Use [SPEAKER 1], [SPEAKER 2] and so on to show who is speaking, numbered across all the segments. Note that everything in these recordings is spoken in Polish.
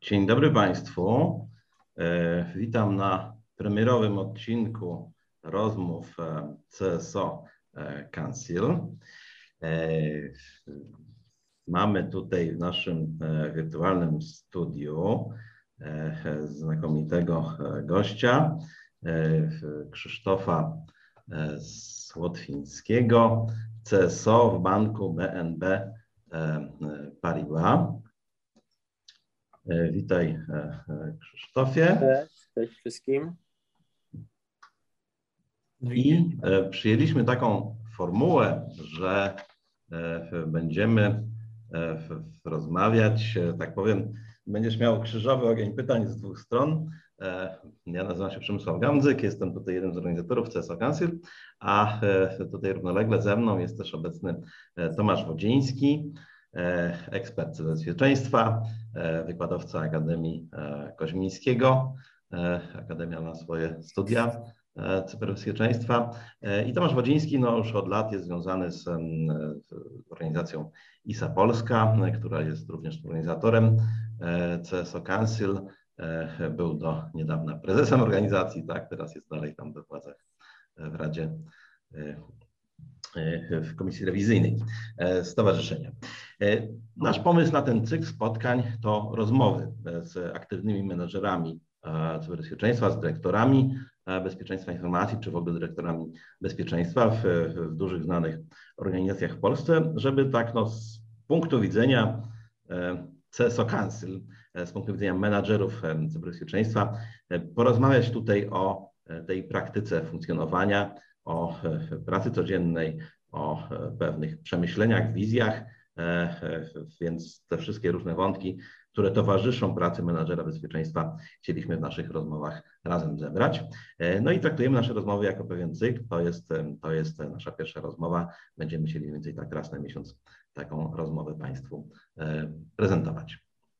[SPEAKER 1] Dzień dobry Państwu. Witam na premierowym odcinku rozmów CSO Council. Mamy tutaj w naszym wirtualnym studiu znakomitego gościa, Krzysztofa Słotwińskiego, CSO w banku BNP Paribas. Witaj, Krzysztofie.
[SPEAKER 2] Cześć wszystkim.
[SPEAKER 1] I przyjęliśmy taką formułę, że będziemy rozmawiać, tak powiem, będziesz miał krzyżowy ogień pytań z dwóch stron. Ja nazywam się Przemysław Gamdzyk, jestem tutaj jednym z organizatorów CSO Council, a tutaj równolegle ze mną jest też obecny Tomasz Wodziński, ekspert cyberbezpieczeństwa, wykładowca Akademii Koźmińskiego. Akademia ma swoje studia cyberbezpieczeństwa. I Tomasz Wodziński już od lat jest związany z organizacją ISA Polska, która jest również organizatorem CSO Council. Był do niedawna prezesem organizacji, tak, teraz jest dalej tam we władzach w Radzie, w Komisji Rewizyjnej Stowarzyszenia. Nasz pomysł na ten cykl spotkań to rozmowy z aktywnymi menedżerami cyberbezpieczeństwa, z dyrektorami bezpieczeństwa informacji, czy w ogóle dyrektorami bezpieczeństwa w dużych, znanych organizacjach w Polsce, żeby tak z punktu widzenia CSO Council, z punktu widzenia menadżerów cyberbezpieczeństwa, porozmawiać tutaj o tej praktyce funkcjonowania, o pracy codziennej, o pewnych przemyśleniach, wizjach, więc te wszystkie różne wątki, które towarzyszą pracy menadżera bezpieczeństwa, chcieliśmy w naszych rozmowach razem zebrać. No i traktujemy nasze rozmowy jako pewien cykl. To jest nasza pierwsza rozmowa. Będziemy chcieli mniej więcej tak raz na miesiąc taką rozmowę Państwu prezentować.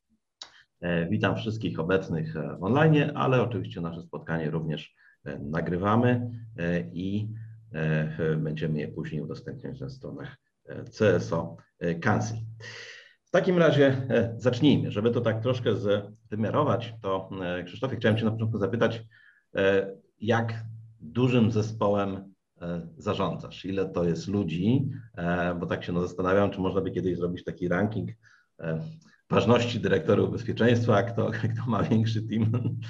[SPEAKER 1] Witam wszystkich obecnych w online, ale oczywiście nasze spotkanie również nagrywamy i będziemy je później udostępniać na stronach CSO Council. W takim razie zacznijmy. Żeby to tak troszkę wymiarować, to Krzysztofie, chciałem Cię na początku zapytać, jak dużym zespołem zarządzasz? Ile to jest ludzi? Bo tak się zastanawiam, czy można by kiedyś zrobić taki ranking ważności dyrektorów bezpieczeństwa, kto ma większy team,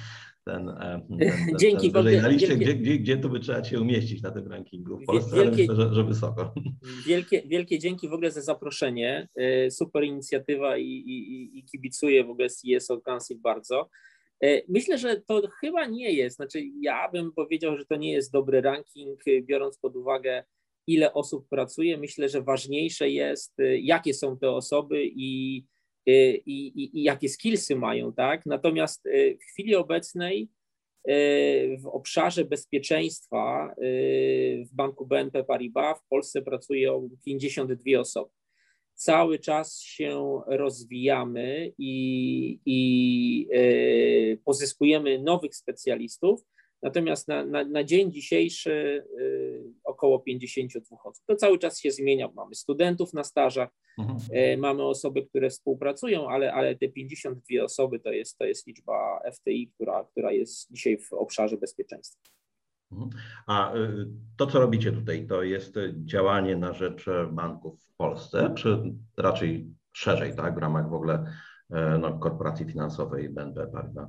[SPEAKER 2] Dzięki,
[SPEAKER 1] ten wyżej na liście, gdzie tu by trzeba Cię umieścić na tym rankingu w Polsce, ale myślę, że wysoko.
[SPEAKER 2] Wielkie dzięki w ogóle za zaproszenie. Super inicjatywa i kibicuję w ogóle CSO Council bardzo. Myślę, że to chyba nie jest, ja bym powiedział, że to nie jest dobry ranking, biorąc pod uwagę, ile osób pracuje. Myślę, że ważniejsze jest, jakie są te osoby i jakie skillsy mają, tak? Natomiast w chwili obecnej w obszarze bezpieczeństwa w banku BNP Paribas w Polsce pracują 52 osoby. Cały czas się rozwijamy i pozyskujemy nowych specjalistów, natomiast na dzień dzisiejszy około 52 osób. To cały czas się zmienia. Mamy studentów na stażach, mamy osoby, które współpracują, ale te 52 osoby to jest liczba FTI, która jest dzisiaj w obszarze bezpieczeństwa.
[SPEAKER 1] A to, co robicie tutaj, to jest działanie na rzecz banków w Polsce, czy raczej szerzej, tak, w ramach w ogóle korporacji finansowej BNP Paribas?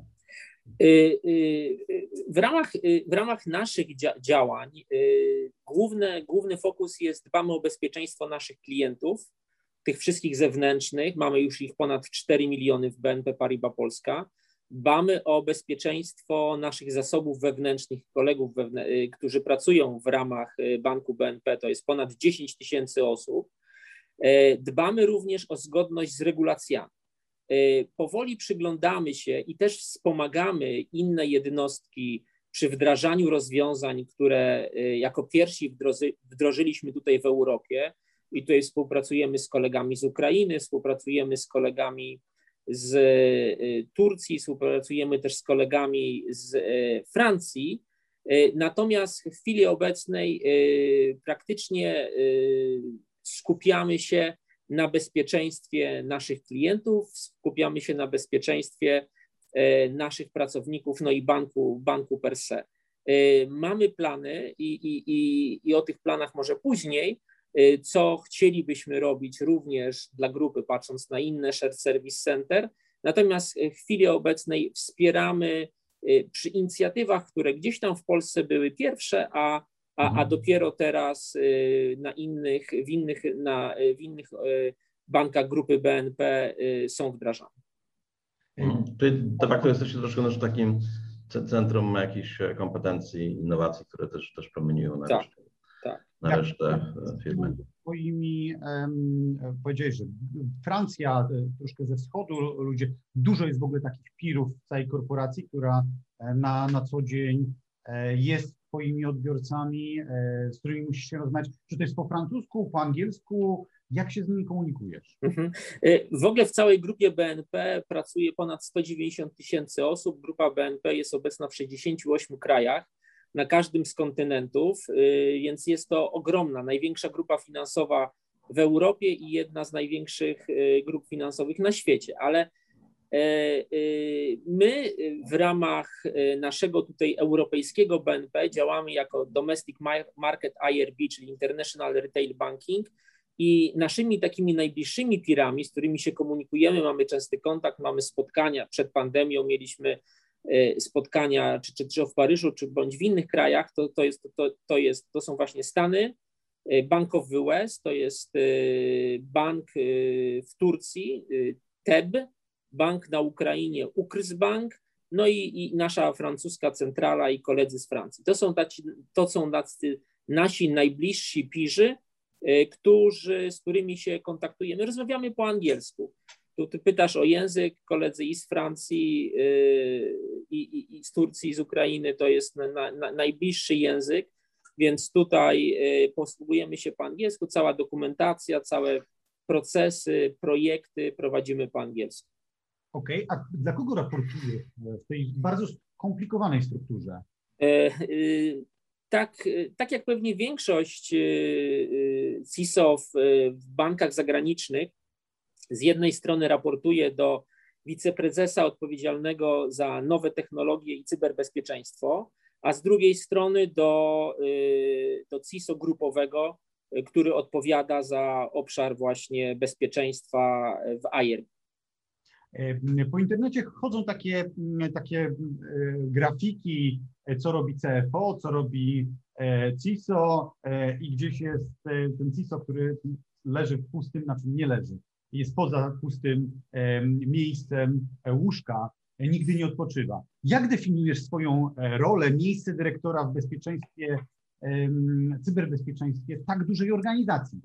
[SPEAKER 2] W ramach naszych działań główny fokus jest, dbamy o bezpieczeństwo naszych klientów, tych wszystkich zewnętrznych, mamy już ich ponad 4 miliony w BNP Paribas Polska. Dbamy o bezpieczeństwo naszych zasobów wewnętrznych, kolegów, którzy pracują w ramach banku BNP, to jest ponad 10 000 osób. Dbamy również o zgodność z regulacjami. Powoli przyglądamy się i też wspomagamy inne jednostki przy wdrażaniu rozwiązań, które jako pierwsi wdrożyliśmy tutaj w Europie i tutaj współpracujemy z kolegami z Ukrainy, współpracujemy z kolegami z Turcji, współpracujemy też z kolegami z Francji. Natomiast w chwili obecnej praktycznie skupiamy się na bezpieczeństwie naszych klientów, skupiamy się na bezpieczeństwie naszych pracowników, no i banku per se. Mamy plany i o tych planach może później, co chcielibyśmy robić również dla grupy, patrząc na inne shared service center. Natomiast w chwili obecnej wspieramy przy inicjatywach, które gdzieś tam w Polsce były pierwsze, a dopiero teraz w innych bankach grupy BNP są wdrażane.
[SPEAKER 1] Czyli de facto jesteście troszkę już takim centrum jakichś kompetencji, innowacji, które też promieniują na resztę firmy.
[SPEAKER 3] Twoimi powiedziałeś, że Francja, troszkę ze wschodu ludzie, dużo jest w ogóle takich pirów w całej korporacji, która na co dzień jest twoimi odbiorcami, z którymi musisz się rozmawiać. Czy to jest po francusku, po angielsku? Jak się z nimi komunikujesz?
[SPEAKER 2] W ogóle w całej grupie BNP pracuje ponad 190 000 osób. Grupa BNP jest obecna w 68 krajach, na każdym z kontynentów, więc jest to ogromna, największa grupa finansowa w Europie i jedna z największych grup finansowych na świecie. Ale my w ramach naszego tutaj europejskiego BNP działamy jako Domestic Market IRB, czyli International Retail Banking, i naszymi takimi najbliższymi peerami, z którymi się komunikujemy, mamy częsty kontakt, mamy spotkania. Przed pandemią mieliśmy spotkania czy w Paryżu, czy bądź w innych krajach. To są właśnie Stany, Bank of the West, to jest bank w Turcji, TEB, bank na Ukrainie, Ukrsbank, no i nasza francuska centrala i koledzy z Francji. To są nasi najbliżsi peerzy, z którymi się kontaktujemy. Rozmawiamy po angielsku. Tu ty pytasz o język, koledzy i z Francji, i z Turcji, i z Ukrainy, to jest najbliższy język, więc tutaj posługujemy się po angielsku, cała dokumentacja, całe procesy, projekty prowadzimy po angielsku.
[SPEAKER 3] Okej, a dla kogo raportujesz w tej bardzo skomplikowanej strukturze?
[SPEAKER 2] Tak jak pewnie większość CISO w bankach zagranicznych, z jednej strony raportuje do wiceprezesa odpowiedzialnego za nowe technologie i cyberbezpieczeństwo, a z drugiej strony do CISO grupowego, który odpowiada za obszar właśnie bezpieczeństwa w IRB.
[SPEAKER 3] Po internecie chodzą takie grafiki, co robi CFO, co robi CISO i gdzieś jest ten CISO, który leży w pustym, znaczy nie leży, jest poza pustym miejscem łóżka, nigdy nie odpoczywa. Jak definiujesz swoją rolę, miejsce dyrektora w bezpieczeństwie, cyberbezpieczeństwie tak dużej organizacji?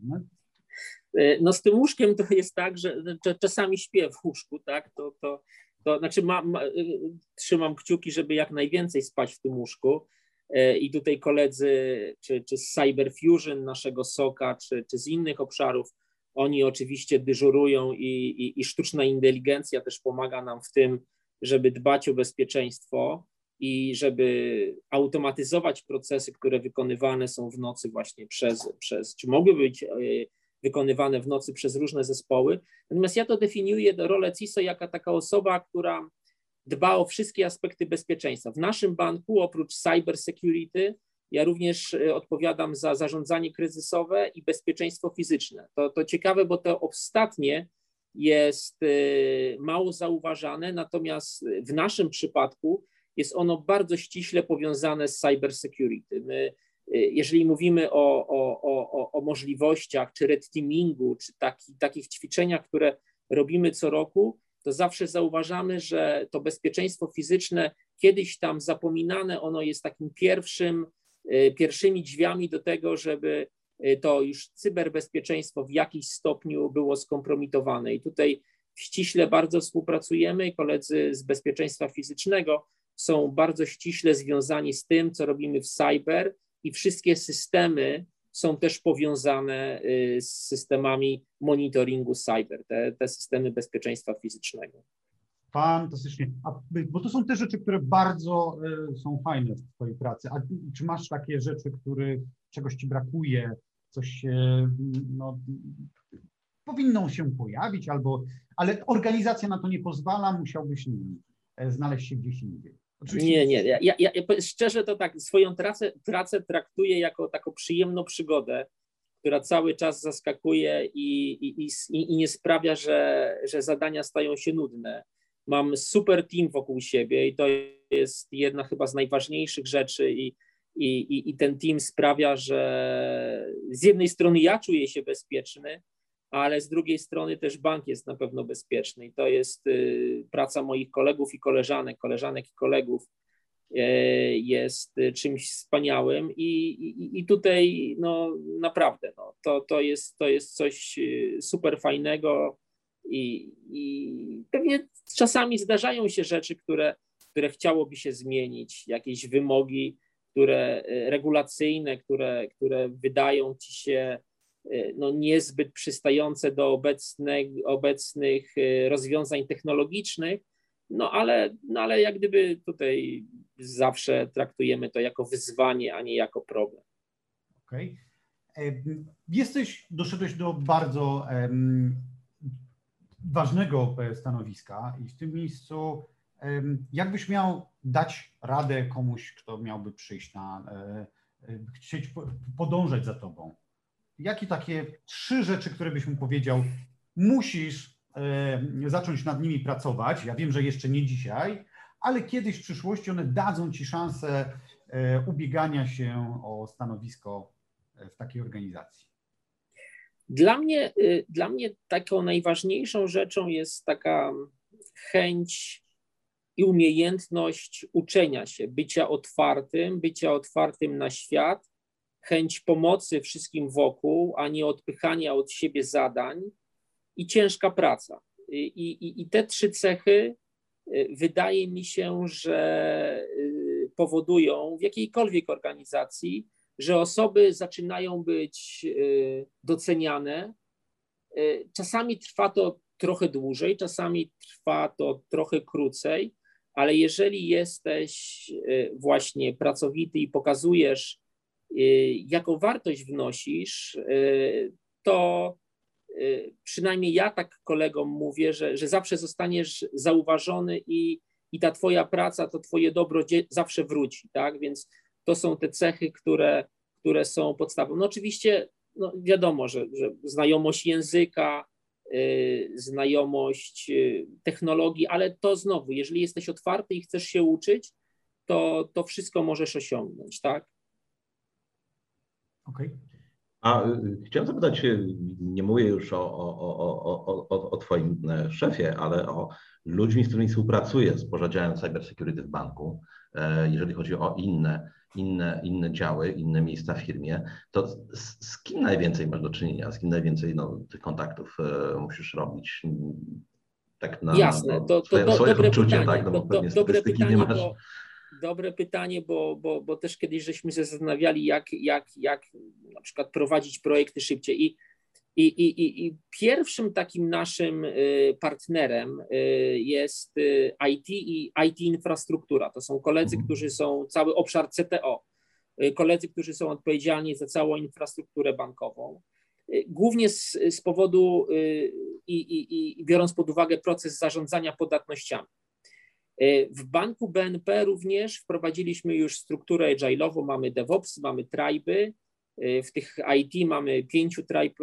[SPEAKER 2] No z tym łóżkiem to jest tak, że czasami śpię w łóżku, tak? To znaczy trzymam kciuki, żeby jak najwięcej spać w tym łóżku i tutaj koledzy czy z Cyber Fusion, naszego SOC-a, czy z innych obszarów, oni oczywiście dyżurują i sztuczna inteligencja też pomaga nam w tym, żeby dbać o bezpieczeństwo i żeby automatyzować procesy, które wykonywane są w nocy właśnie czy mogły być wykonywane w nocy przez różne zespoły. Natomiast ja to definiuję rolę CISO jako taka osoba, która dba o wszystkie aspekty bezpieczeństwa. W naszym banku oprócz cyber security ja również odpowiadam za zarządzanie kryzysowe i bezpieczeństwo fizyczne. To ciekawe, bo to ostatnie jest mało zauważane, natomiast w naszym przypadku jest ono bardzo ściśle powiązane z cyber security. Jeżeli mówimy o możliwościach, czy red teamingu, czy takich ćwiczeniach, które robimy co roku, to zawsze zauważamy, że to bezpieczeństwo fizyczne kiedyś tam zapominane, ono jest takim pierwszymi drzwiami do tego, żeby to już cyberbezpieczeństwo w jakiś stopniu było skompromitowane. I tutaj ściśle bardzo współpracujemy. Koledzy z bezpieczeństwa fizycznego są bardzo ściśle związani z tym, co robimy w cyber, i wszystkie systemy są też powiązane z systemami monitoringu cyber, te systemy bezpieczeństwa fizycznego.
[SPEAKER 3] Fantastycznie. Bo to są te rzeczy, które bardzo są fajne w twojej pracy. A czy masz takie rzeczy, czegoś ci brakuje, coś powinno się pojawić, ale organizacja na to nie pozwala, musiałbyś... znaleźć się gdzieś indziej. Oczywiście...
[SPEAKER 2] Nie. Ja szczerze to tak, swoją pracę traktuję jako taką przyjemną przygodę, która cały czas zaskakuje i nie sprawia, że zadania stają się nudne. Mam super team wokół siebie i to jest jedna chyba z najważniejszych rzeczy i ten team sprawia, że z jednej strony ja czuję się bezpieczny, ale z drugiej strony też bank jest na pewno bezpieczny i to jest praca moich kolegów i koleżanek i kolegów jest czymś wspaniałym i tutaj no naprawdę no, to jest coś super fajnego i pewnie czasami zdarzają się rzeczy, które chciałoby się zmienić, jakieś wymogi, regulacyjne, które wydają ci się no, niezbyt przystające do obecnych rozwiązań technologicznych, no ale jak gdyby tutaj zawsze traktujemy to jako wyzwanie, a nie jako problem.
[SPEAKER 3] Okej. Doszedłeś do bardzo ważnego stanowiska i w tym miejscu jakbyś miał dać radę komuś, kto miałby przyjść chcieć podążać za tobą? Jakie takie 3 rzeczy, które byś mu powiedział, musisz zacząć nad nimi pracować? Ja wiem, że jeszcze nie dzisiaj, ale kiedyś w przyszłości one dadzą ci szansę ubiegania się o stanowisko w takiej organizacji.
[SPEAKER 2] Dla mnie taką najważniejszą rzeczą jest taka chęć i umiejętność uczenia się, bycia otwartym na świat, chęć pomocy wszystkim wokół, a nie odpychania od siebie zadań i ciężka praca. I te 3 cechy wydaje mi się, że powodują w jakiejkolwiek organizacji, że osoby zaczynają być doceniane. Czasami trwa to trochę dłużej, czasami trwa to trochę krócej, ale jeżeli jesteś właśnie pracowity i pokazujesz, jaką wartość wnosisz, to przynajmniej ja tak kolegom mówię, że zawsze zostaniesz zauważony i ta twoja praca, to twoje dobro zawsze wróci, tak? Więc to są te cechy, które są podstawą. No oczywiście no wiadomo, że znajomość języka, znajomość technologii, ale to znowu, jeżeli jesteś otwarty i chcesz się uczyć, to wszystko możesz osiągnąć, tak?
[SPEAKER 3] Okej.
[SPEAKER 1] A chciałem zapytać, nie mówię już o twoim szefie, ale o ludźmi, z którymi współpracuję z podziałem cybersecurity w banku, jeżeli chodzi o inne działy, inne miejsca w firmie, to z kim najwięcej masz do czynienia, z kim najwięcej tych kontaktów musisz robić? Tak
[SPEAKER 2] Jasne, to
[SPEAKER 1] swoje
[SPEAKER 2] dobre
[SPEAKER 1] odczucie,
[SPEAKER 2] pytanie,
[SPEAKER 1] tak? No bo pewnie statystyki nie masz.
[SPEAKER 2] Dobre pytanie, bo też kiedyś żeśmy się zastanawiali, jak na przykład prowadzić projekty szybciej. I pierwszym takim naszym partnerem jest IT i IT infrastruktura. To są koledzy, którzy są cały obszar CTO, koledzy, którzy są odpowiedzialni za całą infrastrukturę bankową. Głównie z powodu i biorąc pod uwagę proces zarządzania podatnościami. W banku BNP również wprowadziliśmy już strukturę agile'ową, mamy DevOps, mamy tribe'y, w tych IT mamy 5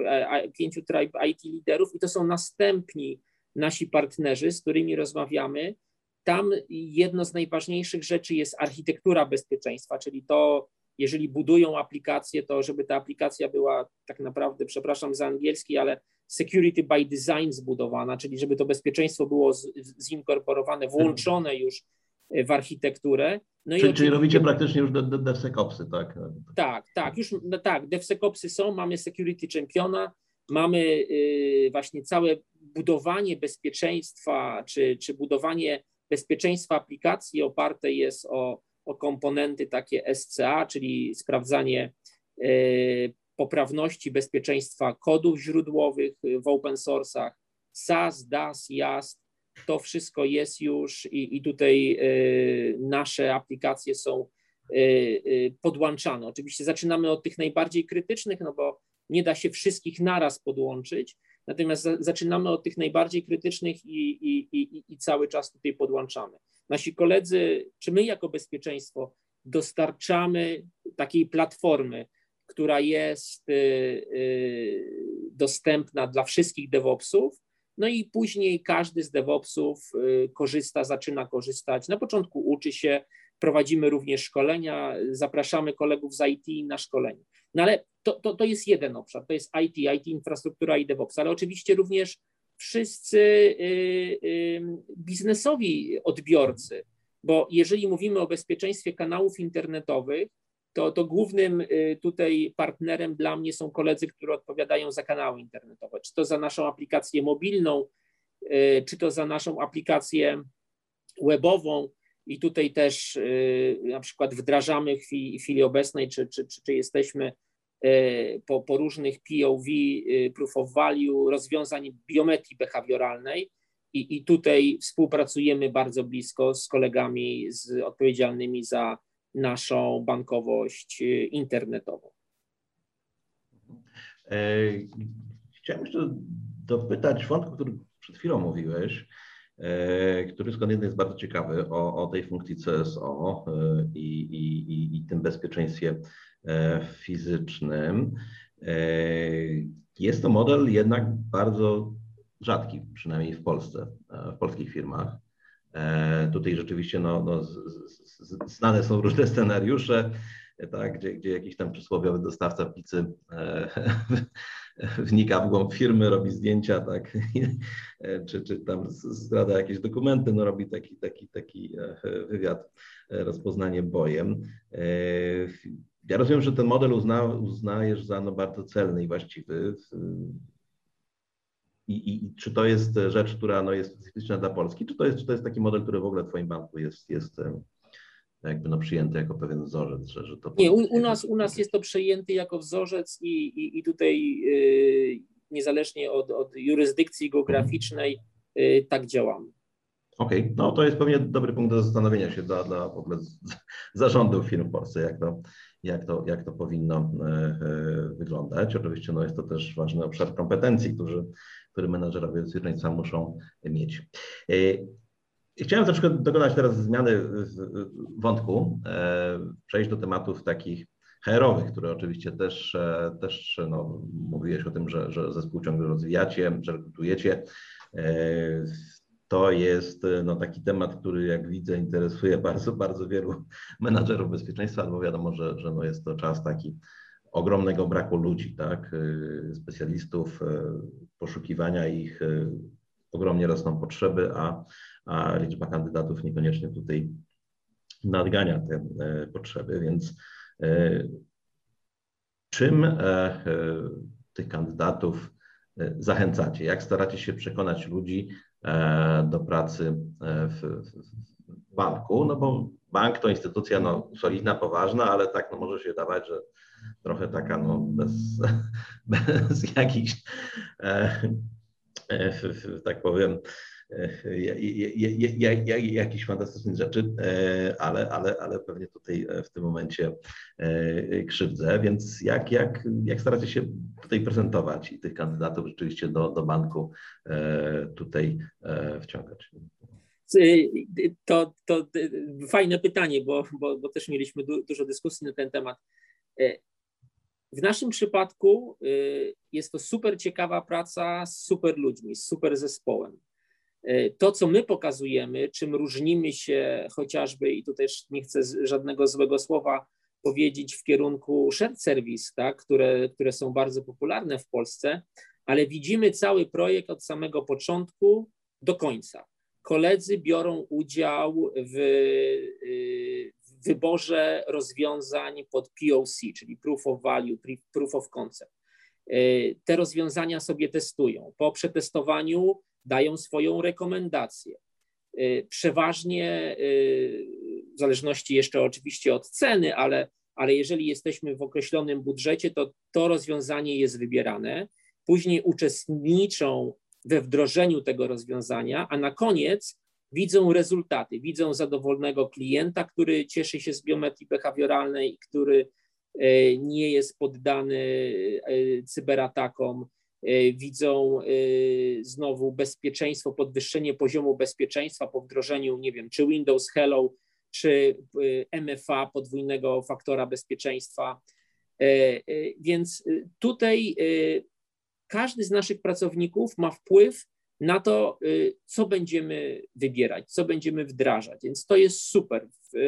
[SPEAKER 2] tribe IT liderów i to są następni nasi partnerzy, z którymi rozmawiamy. Tam jedno z najważniejszych rzeczy jest architektura bezpieczeństwa, czyli to, jeżeli budują aplikację, to żeby ta aplikacja była tak naprawdę, przepraszam za angielski, ale security by design zbudowana, czyli żeby to bezpieczeństwo było zinkorporowane, włączone już w architekturę. No
[SPEAKER 1] czyli robicie praktycznie już DevSecOpsy, tak?
[SPEAKER 2] Tak, DevSecOpsy są, mamy Security Championa, mamy właśnie całe budowanie bezpieczeństwa, czy budowanie bezpieczeństwa aplikacji oparte jest o komponenty takie SCA, czyli sprawdzanie poprawności bezpieczeństwa kodów źródłowych w open source'ach, SAS, DAS, JAST, to wszystko jest już i tutaj nasze aplikacje są podłączane. Oczywiście zaczynamy od tych najbardziej krytycznych, no bo nie da się wszystkich naraz podłączyć, natomiast zaczynamy od tych najbardziej krytycznych i cały czas tutaj podłączamy. Nasi koledzy, czy my jako bezpieczeństwo dostarczamy takiej platformy, która jest dostępna dla wszystkich DevOpsów, no i później każdy z DevOpsów zaczyna korzystać. Na początku uczy się, prowadzimy również szkolenia, zapraszamy kolegów z IT na szkolenie. No ale to jest jeden obszar, to jest IT, infrastruktura i DevOps, ale oczywiście również wszyscy biznesowi odbiorcy, bo jeżeli mówimy o bezpieczeństwie kanałów internetowych, to głównym tutaj partnerem dla mnie są koledzy, którzy odpowiadają za kanały internetowe, czy to za naszą aplikację mobilną, czy to za naszą aplikację webową i tutaj też na przykład wdrażamy w chwili obecnej, czy jesteśmy po różnych POV, Proof of Value, rozwiązań biometrii behawioralnej i tutaj współpracujemy bardzo blisko z kolegami odpowiedzialnymi za naszą bankowość internetową.
[SPEAKER 1] Chciałem jeszcze dopytać wątku, który przed chwilą mówiłeś, który skądinąd jest bardzo ciekawy, o tej funkcji CSO i tym bezpieczeństwie fizycznym. Jest to model jednak bardzo rzadki, przynajmniej w Polsce, w polskich firmach. Tutaj rzeczywiście znane są różne scenariusze, tak, gdzie jakiś tam przysłowiowy dostawca pizzy wnika w głąb firmy, robi zdjęcia, tak, czy tam zdrada jakieś dokumenty, no robi taki wywiad, rozpoznanie bojem. Ja rozumiem, że ten model uznajesz za bardzo celny i właściwy. I czy to jest rzecz, która jest specyficzna dla Polski, czy to jest taki model, który w ogóle w Twoim banku jest jakby przyjęty jako pewien wzorzec? Że to
[SPEAKER 2] nie, u nas jest to przyjęty jako wzorzec i tutaj niezależnie od jurysdykcji geograficznej tak działamy.
[SPEAKER 1] Okej, no to jest pewnie dobry punkt do zastanowienia się dla w ogóle zarządów firm w Polsce, jak to powinno wyglądać. Oczywiście jest to też ważny obszar kompetencji, który menadżerowie bezpieczeństwa muszą mieć. Chciałem na przykład dokonać teraz zmiany w wątku, przejść do tematów takich HR-owych, które oczywiście też mówiłeś o tym, że zespół ciągle rozwijacie, że rekrutujecie. To jest taki temat, który jak widzę interesuje bardzo, bardzo wielu menadżerów bezpieczeństwa, bo wiadomo, że jest to czas taki ogromnego braku ludzi, tak, specjalistów, poszukiwania ich, ogromnie rosną potrzeby, a liczba kandydatów niekoniecznie tutaj nadgania te potrzeby, więc czym tych kandydatów zachęcacie? Jak staracie się przekonać ludzi do pracy w banku? No bo bank to instytucja solidna, poważna, ale tak może się dawać, że trochę taka bez jakichś, tak powiem, jakichś fantastycznych rzeczy, ale pewnie tutaj w tym momencie krzywdzę, więc jak staracie się tutaj prezentować i tych kandydatów rzeczywiście do banku tutaj wciągać?
[SPEAKER 2] To fajne pytanie, bo też mieliśmy dużo dyskusji na ten temat. W naszym przypadku jest to super ciekawa praca z super ludźmi, z super zespołem. To, co my pokazujemy, czym różnimy się chociażby, i tu też nie chcę żadnego złego słowa powiedzieć w kierunku shared service, tak, które są bardzo popularne w Polsce, ale widzimy cały projekt od samego początku do końca. Koledzy biorą udział w wyborze rozwiązań pod POC, czyli Proof of Value, Proof of Concept. Te rozwiązania sobie testują. Po przetestowaniu dają swoją rekomendację. Przeważnie, w zależności jeszcze oczywiście od ceny, ale jeżeli jesteśmy w określonym budżecie, to rozwiązanie jest wybierane. Później uczestniczą we wdrożeniu tego rozwiązania, a na koniec widzą rezultaty, widzą zadowolonego klienta, który cieszy się z biometrii behawioralnej, który nie jest poddany cyberatakom widzą znowu bezpieczeństwo, podwyższenie poziomu bezpieczeństwa po wdrożeniu, nie wiem, czy Windows Hello, czy MFA, podwójnego faktora bezpieczeństwa. Więc tutaj każdy z naszych pracowników ma wpływ na to, co będziemy wybierać, co będziemy wdrażać, więc to jest super.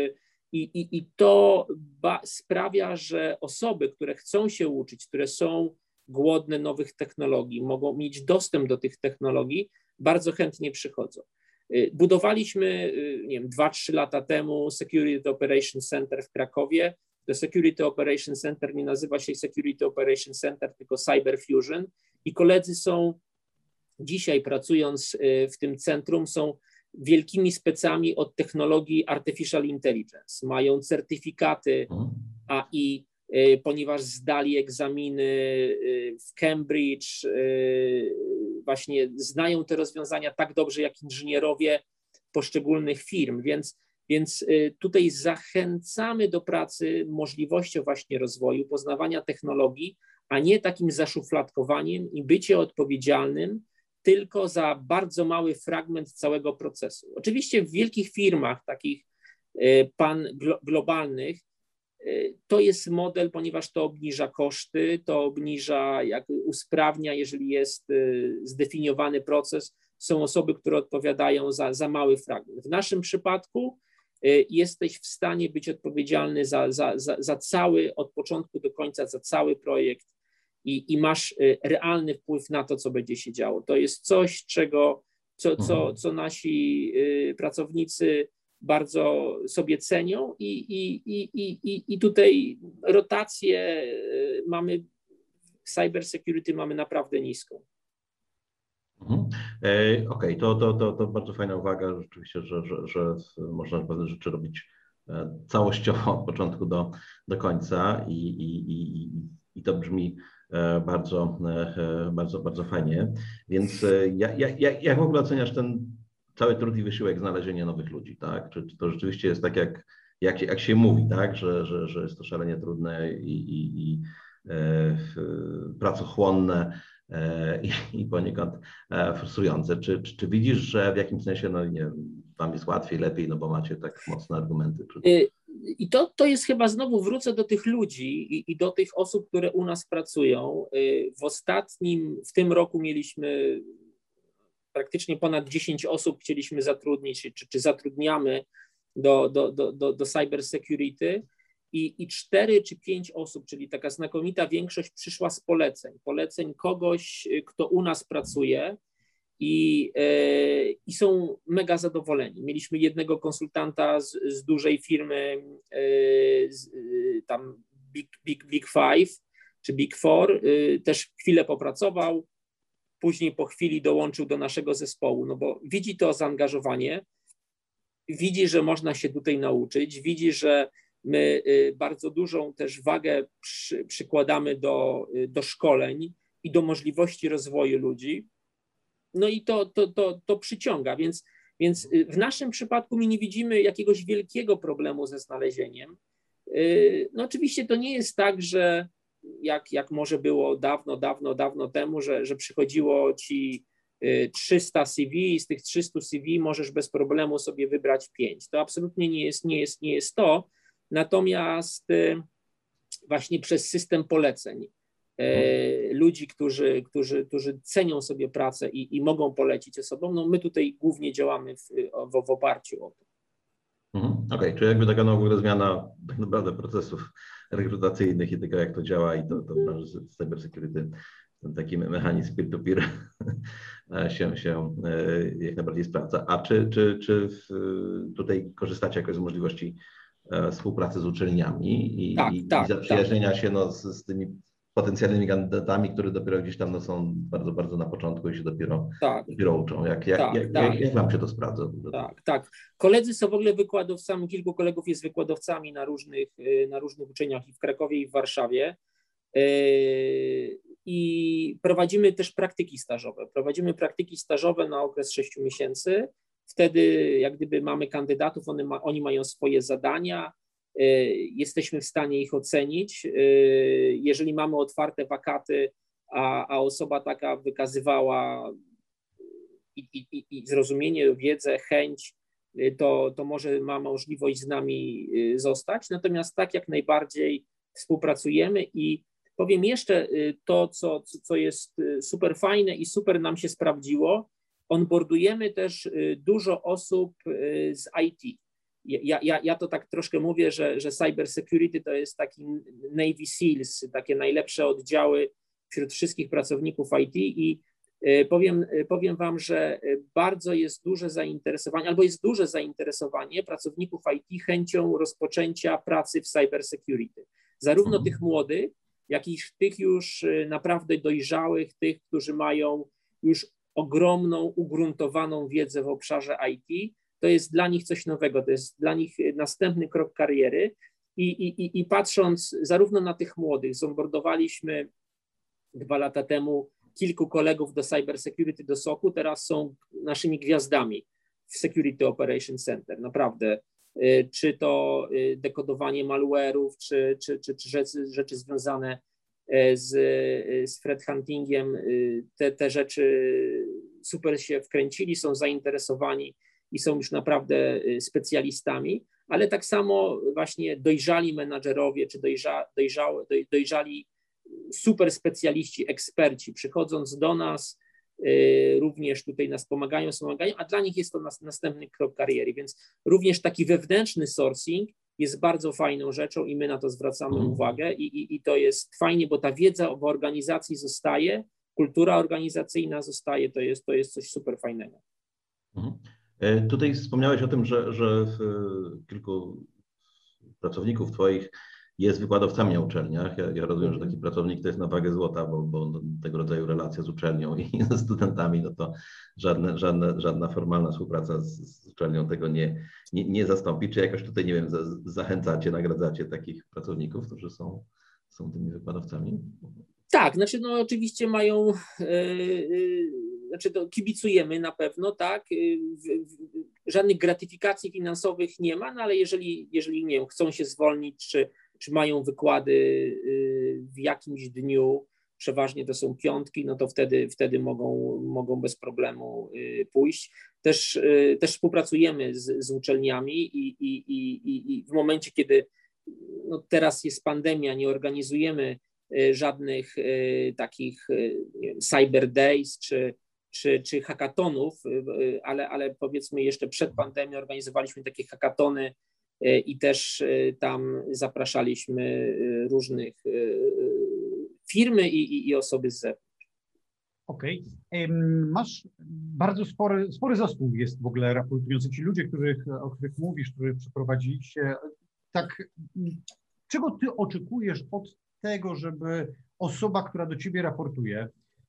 [SPEAKER 2] I to sprawia, że osoby, które chcą się uczyć, które są głodne nowych technologii, mogą mieć dostęp do tych technologii, bardzo chętnie przychodzą. Budowaliśmy, nie wiem, 2-3 lata temu Security Operations Center w Krakowie. To Security Operations Center nie nazywa się Security Operations Center, tylko Cyber Fusion i koledzy są dzisiaj, pracując w tym centrum, są wielkimi specami od technologii Artificial Intelligence. Mają certyfikaty AI, ponieważ zdali egzaminy w Cambridge, właśnie znają te rozwiązania tak dobrze jak inżynierowie poszczególnych firm, więc tutaj zachęcamy do pracy możliwością właśnie rozwoju, poznawania technologii, a nie takim zaszufladkowaniem i bycie odpowiedzialnym tylko za bardzo mały fragment całego procesu. Oczywiście w wielkich firmach, takich globalnych, to jest model, ponieważ to obniża koszty, to obniża, usprawnia, jeżeli jest zdefiniowany proces, są osoby, które odpowiadają za mały fragment. W naszym przypadku jesteś w stanie być odpowiedzialny za cały, od początku do końca, za cały projekt i masz realny wpływ na to, co będzie się działo. To jest coś, co nasi pracownicy bardzo sobie cenią i tutaj rotację mamy, cyber security mamy naprawdę niską.
[SPEAKER 1] Okej, to bardzo fajna uwaga, rzeczywiście, że można pewne rzeczy robić całościowo od początku do końca i to brzmi bardzo fajnie. Więc jak w ogóle oceniasz ten cały trud i wysiłek znalezienia nowych ludzi, tak? Czy to rzeczywiście jest tak, jak się mówi, tak? Że jest to szalenie trudne i pracochłonne i poniekąd frustrujące. Czy widzisz, że w jakimś sensie, no nie wiem, wam jest łatwiej, lepiej, no bo macie tak mocne argumenty?
[SPEAKER 2] I to jest chyba, znowu wrócę do tych ludzi i do tych osób, które u nas pracują. W tym roku mieliśmy praktycznie ponad 10 osób chcieliśmy zatrudnić, czy zatrudniamy do cyber security i 4 czy 5 osób, czyli taka znakomita większość przyszła z poleceń kogoś, kto u nas pracuje i są mega zadowoleni. Mieliśmy jednego konsultanta z dużej firmy, tam Big Five czy Big Four, też chwilę popracował, później po chwili dołączył do naszego zespołu, no bo widzi to zaangażowanie, widzi, że można się tutaj nauczyć, widzi, że my bardzo dużą też wagę przykładamy do szkoleń i do możliwości rozwoju ludzi, no i to przyciąga, więc w naszym przypadku my nie widzimy jakiegoś wielkiego problemu ze znalezieniem. No oczywiście to nie jest tak, że jak może było dawno temu, że przychodziło ci 300 CV i z tych 300 CV możesz bez problemu sobie wybrać 5. To absolutnie nie jest to. Natomiast właśnie przez system poleceń ludzi, którzy cenią sobie pracę i mogą polecić osobom, no my tutaj głównie działamy w oparciu o to.
[SPEAKER 1] Okej, czyli jakby taka w ogóle zmiana tak naprawdę procesów rekrutacyjnych i tego, jak to działa i to w branży cybersecurity, ten taki mechanizm peer-to-peer się jak najbardziej sprawdza. A czy tutaj korzystacie jakoś z możliwości współpracy z uczelniami i zaprzyjaźnienia się z tymi potencjalnymi kandydatami, które dopiero gdzieś tam są bardzo, bardzo na początku i się dopiero uczą. Jak wam się to sprawdza?
[SPEAKER 2] Tak. Koledzy są w ogóle wykładowcami, kilku kolegów jest wykładowcami na różnych uczelniach i w Krakowie, i w Warszawie. I prowadzimy też praktyki stażowe. Prowadzimy praktyki stażowe na okres 6 miesięcy. Wtedy jak gdyby mamy kandydatów, oni mają swoje zadania, jesteśmy w stanie ich ocenić. Jeżeli mamy otwarte wakaty, a osoba taka wykazywała i zrozumienie, wiedzę, chęć, to może ma możliwość z nami zostać. Natomiast tak jak najbardziej współpracujemy i powiem jeszcze to, co jest super fajne i super nam się sprawdziło, onboardujemy też dużo osób z IT. Ja to tak troszkę mówię, że cyber security to jest taki Navy SEALs, takie najlepsze oddziały wśród wszystkich pracowników IT i powiem wam, że bardzo jest duże zainteresowanie, albo jest duże zainteresowanie pracowników IT chęcią rozpoczęcia pracy w cyber security. Zarówno tych młodych, jak i tych już naprawdę dojrzałych, tych, którzy mają już ogromną, ugruntowaną wiedzę w obszarze IT. To jest dla nich coś nowego, to jest dla nich następny krok kariery i patrząc zarówno na tych młodych, zombordowaliśmy 2 lata temu kilku kolegów do Cyber Security, do SOC-u, teraz są naszymi gwiazdami w Security Operations Center, naprawdę. Czy to dekodowanie malware'ów, czy rzeczy związane z threat huntingiem, te rzeczy super się wkręcili, są zainteresowani i są już naprawdę specjalistami, ale tak samo właśnie dojrzali menadżerowie, czy dojrzali super specjaliści, eksperci, przychodząc do nas, również tutaj nas pomagają, a dla nich jest to następny krok kariery, więc również taki wewnętrzny sourcing jest bardzo fajną rzeczą i my na to zwracamy uwagę i to jest fajnie, bo ta wiedza w organizacji zostaje, kultura organizacyjna zostaje, to jest coś super fajnego.
[SPEAKER 1] Tutaj wspomniałeś o tym, że kilku pracowników twoich jest wykładowcami na uczelniach. Ja rozumiem, że taki pracownik to jest na wagę złota, bo tego rodzaju relacje z uczelnią i ze studentami, no to żadna formalna współpraca z uczelnią tego nie zastąpi. Czy jakoś tutaj, nie wiem, zachęcacie, nagradzacie takich pracowników, którzy są tymi wykładowcami?
[SPEAKER 2] Tak, znaczy no oczywiście mają, znaczy to kibicujemy na pewno, tak, żadnych gratyfikacji finansowych nie ma, no ale jeżeli nie wiem, chcą się zwolnić, czy mają wykłady w jakimś dniu, przeważnie to są piątki, no to wtedy mogą bez problemu pójść. Też współpracujemy z uczelniami i w momencie, kiedy no teraz jest pandemia, nie organizujemy żadnych takich nie wiem, cyber days czy hackathonów, ale powiedzmy jeszcze przed pandemią organizowaliśmy takie hackatony i też tam zapraszaliśmy różnych firmy i osoby z zewnątrz.
[SPEAKER 3] Okej. Masz bardzo spory zespół jest w ogóle raportujący. Ci ludzie, o których mówisz, których przeprowadziliście, tak, czego ty oczekujesz od tego, żeby osoba, która do ciebie raportuje,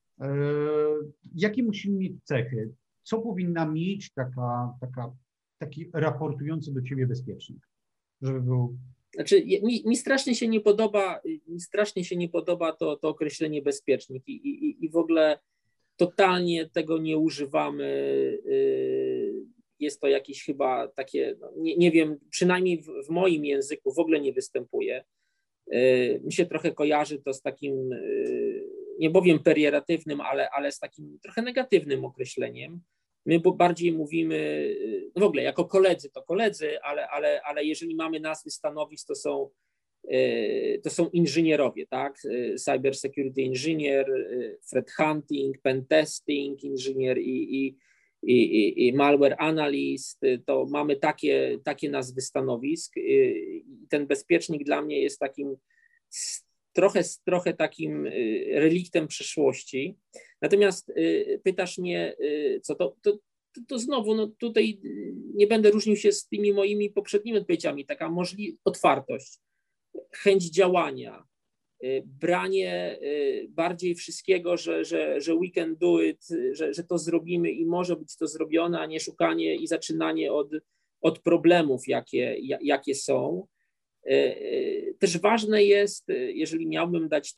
[SPEAKER 3] jakie musi mieć cechy? Co powinna mieć taki raportujący do ciebie bezpiecznik, żeby był...
[SPEAKER 2] Znaczy, mi strasznie się nie podoba to określenie bezpiecznik i w ogóle totalnie tego nie używamy. Jest to jakieś chyba takie, no, nie wiem, przynajmniej w moim języku w ogóle nie występuje. Mi się trochę kojarzy to z takim, nie powiem perioratywnym, ale z takim trochę negatywnym określeniem. My bardziej mówimy, no w ogóle jako koledzy to koledzy, ale jeżeli mamy nazwy stanowisk, to są inżynierowie, tak? Cyber security engineer, threat hunting, pen testing engineer i malware analyst, to mamy takie nazwy stanowisk. Ten bezpiecznik dla mnie jest takim trochę takim reliktem przeszłości. Natomiast pytasz mnie, co to znowu, no tutaj nie będę różnił się z tymi moimi poprzednimi odpowiedziami, taka otwartość, chęć działania, branie bardziej wszystkiego, że we can do it, że to zrobimy i może być to zrobione, a nie szukanie i zaczynanie od problemów, jakie są. Też ważne jest, jeżeli miałbym dać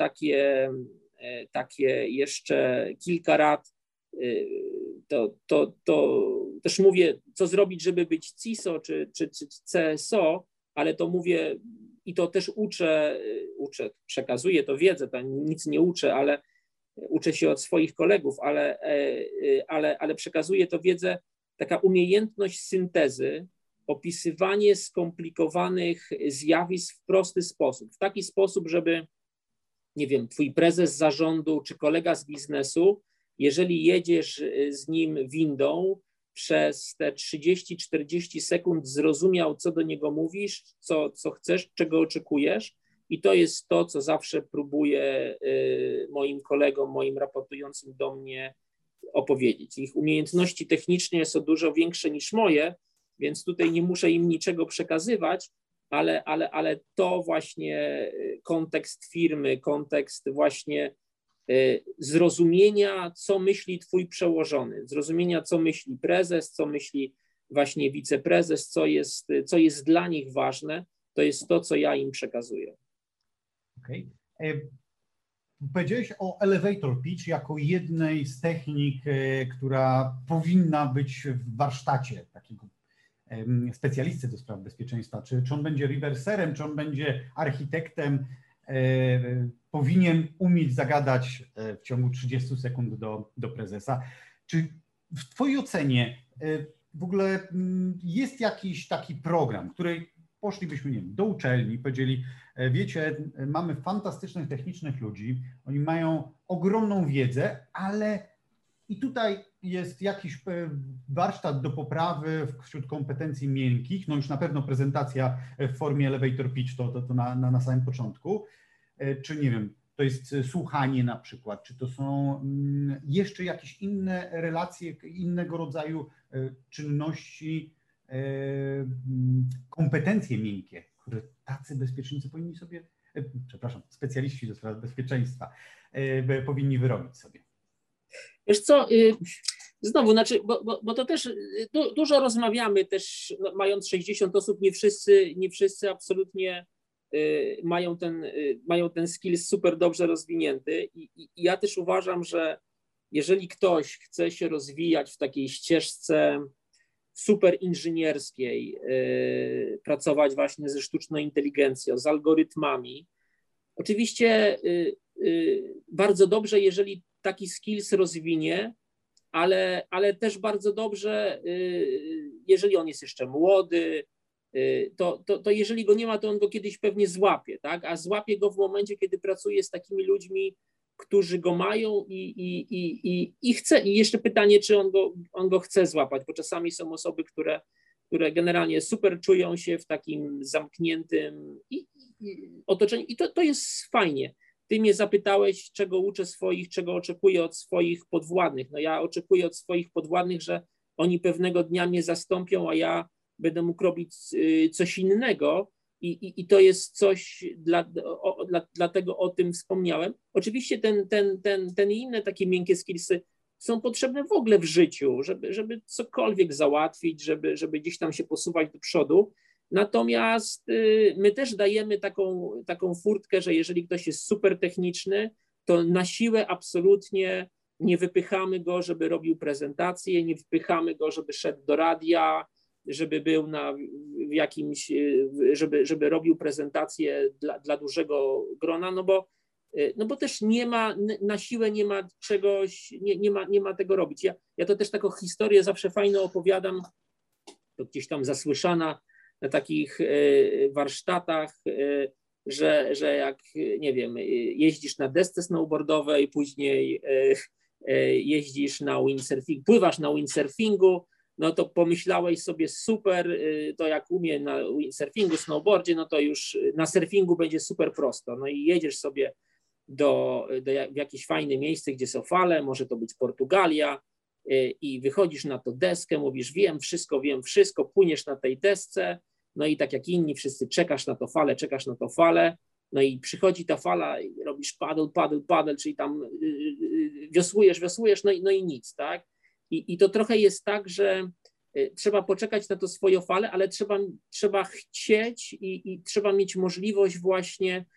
[SPEAKER 2] takie jeszcze kilka rad, to też mówię, co zrobić, żeby być CISO czy CSO, ale to mówię i to też uczę, przekazuję to wiedzę, to nic nie uczę, ale uczę się od swoich kolegów, ale przekazuję tę wiedzę, taka umiejętność syntezy, opisywanie skomplikowanych zjawisk w prosty sposób, w taki sposób, żeby, nie wiem, twój prezes zarządu czy kolega z biznesu, jeżeli jedziesz z nim windą, przez te 30-40 sekund zrozumiał, co do niego mówisz, co chcesz, czego oczekujesz. I to jest to, co zawsze próbuję moim kolegom, moim raportującym do mnie opowiedzieć. Ich umiejętności techniczne są dużo większe niż moje, więc tutaj nie muszę im niczego przekazywać, ale to właśnie kontekst firmy, kontekst właśnie zrozumienia, co myśli twój przełożony, zrozumienia, co myśli prezes, co myśli właśnie wiceprezes, co jest dla nich ważne, to jest to, co ja im przekazuję.
[SPEAKER 3] Okej. Powiedziałeś o elevator pitch jako jednej z technik, która powinna być w warsztacie takiego specjalisty do spraw bezpieczeństwa. Czy on będzie rewerserem, czy on będzie architektem, powinien umieć zagadać w ciągu 30 sekund do prezesa. Czy w twojej ocenie w ogóle jest jakiś taki program, który poszlibyśmy, nie wiem, do uczelni, powiedzieli, wiecie, mamy fantastycznych, technicznych ludzi, oni mają ogromną wiedzę, ale i tutaj jest jakiś warsztat do poprawy wśród kompetencji miękkich, no już na pewno prezentacja w formie elevator pitch, to na samym początku, czy nie wiem, to jest słuchanie na przykład, czy to są jeszcze jakieś inne relacje, innego rodzaju czynności, kompetencje miękkie, które tacy bezpiecznicy powinni sobie, specjaliści do spraw bezpieczeństwa powinni wyrobić sobie.
[SPEAKER 2] Wiesz co, znowu, znaczy, bo to też dużo rozmawiamy też, no, mając 60 osób, nie wszyscy absolutnie mają ten skill super dobrze rozwinięty i ja też uważam, że jeżeli ktoś chce się rozwijać w takiej ścieżce super inżynierskiej, pracować właśnie ze sztuczną inteligencją, z algorytmami, oczywiście bardzo dobrze, jeżeli taki skills rozwinie, ale też bardzo dobrze, jeżeli on jest jeszcze młody, to jeżeli go nie ma, to on go kiedyś pewnie złapie, tak? A złapie go w momencie, kiedy pracuje z takimi ludźmi, którzy go mają i chce. I jeszcze pytanie, czy on go chce złapać, bo czasami są osoby, które generalnie super czują się w takim zamkniętym otoczeniu i to jest fajnie. Ty mnie zapytałeś, czego uczę swoich, czego oczekuję od swoich podwładnych. No ja oczekuję od swoich podwładnych, że oni pewnego dnia mnie zastąpią, a ja będę mógł robić coś innego i to jest coś, dlatego o tym wspomniałem. Oczywiście ten i inne takie miękkie skillsy są potrzebne w ogóle w życiu, żeby cokolwiek załatwić, żeby gdzieś tam się posuwać do przodu. Natomiast my też dajemy taką furtkę, że jeżeli ktoś jest super techniczny, to na siłę absolutnie nie wypychamy go, żeby robił prezentację, nie wypychamy go, żeby szedł do radia, żeby był w jakimś, żeby robił prezentację dla dużego grona, no bo też nie ma, na siłę nie ma czegoś, nie ma tego robić. Ja to też taką historię zawsze fajnie opowiadam, to gdzieś tam zasłyszana na takich warsztatach, że jak, nie wiem, jeździsz na desce snowboardowej, później jeździsz na windsurfingu, pływasz na windsurfingu, no to pomyślałeś sobie super, to jak umie na windsurfingu, snowboardzie, no to już na surfingu będzie super prosto. No i jedziesz sobie w jakieś fajne miejsce, gdzie są fale, może to być Portugalia i wychodzisz na tą deskę, mówisz wiem wszystko, płyniesz na tej desce, no i tak jak inni wszyscy czekasz na tą falę, no i przychodzi ta fala i robisz paddle, czyli tam wiosłujesz, no i nic, tak? I to trochę jest tak, że trzeba poczekać na to swoją falę, ale trzeba chcieć i trzeba mieć możliwość właśnie,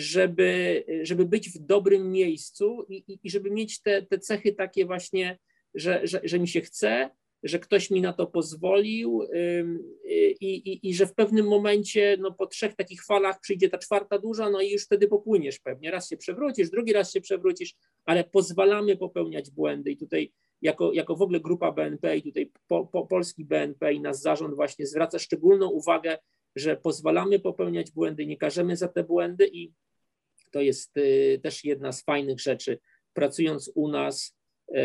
[SPEAKER 2] żeby być w dobrym miejscu i żeby mieć te cechy takie właśnie, że mi się chce, że ktoś mi na to pozwolił i że w pewnym momencie, no po 3 takich falach przyjdzie ta 4. duża, no i już wtedy popłyniesz pewnie. Raz się przewrócisz, drugi raz się przewrócisz, ale pozwalamy popełniać błędy i tutaj jako w ogóle grupa BNP i tutaj polski BNP i nasz zarząd właśnie zwraca szczególną uwagę, że pozwalamy popełniać błędy, nie karzemy za te błędy i to jest też jedna z fajnych rzeczy. Pracując u nas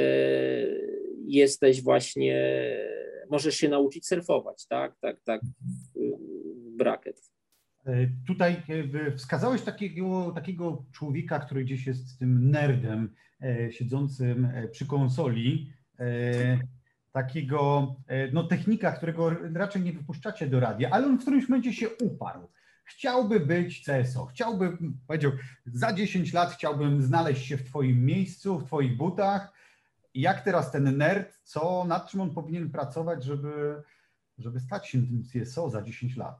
[SPEAKER 2] jesteś właśnie, możesz się nauczyć surfować, tak, bracket.
[SPEAKER 3] Tutaj wskazałeś takiego człowieka, który gdzieś jest tym nerdem siedzącym przy konsoli, takiego technika, którego raczej nie wypuszczacie do radia, ale on w którymś momencie się uparł. Chciałby być CSO, powiedział, za 10 lat chciałbym znaleźć się w twoim miejscu, w twoich butach. Jak teraz ten nerd, nad czym on powinien pracować, żeby stać się tym CSO za 10 lat?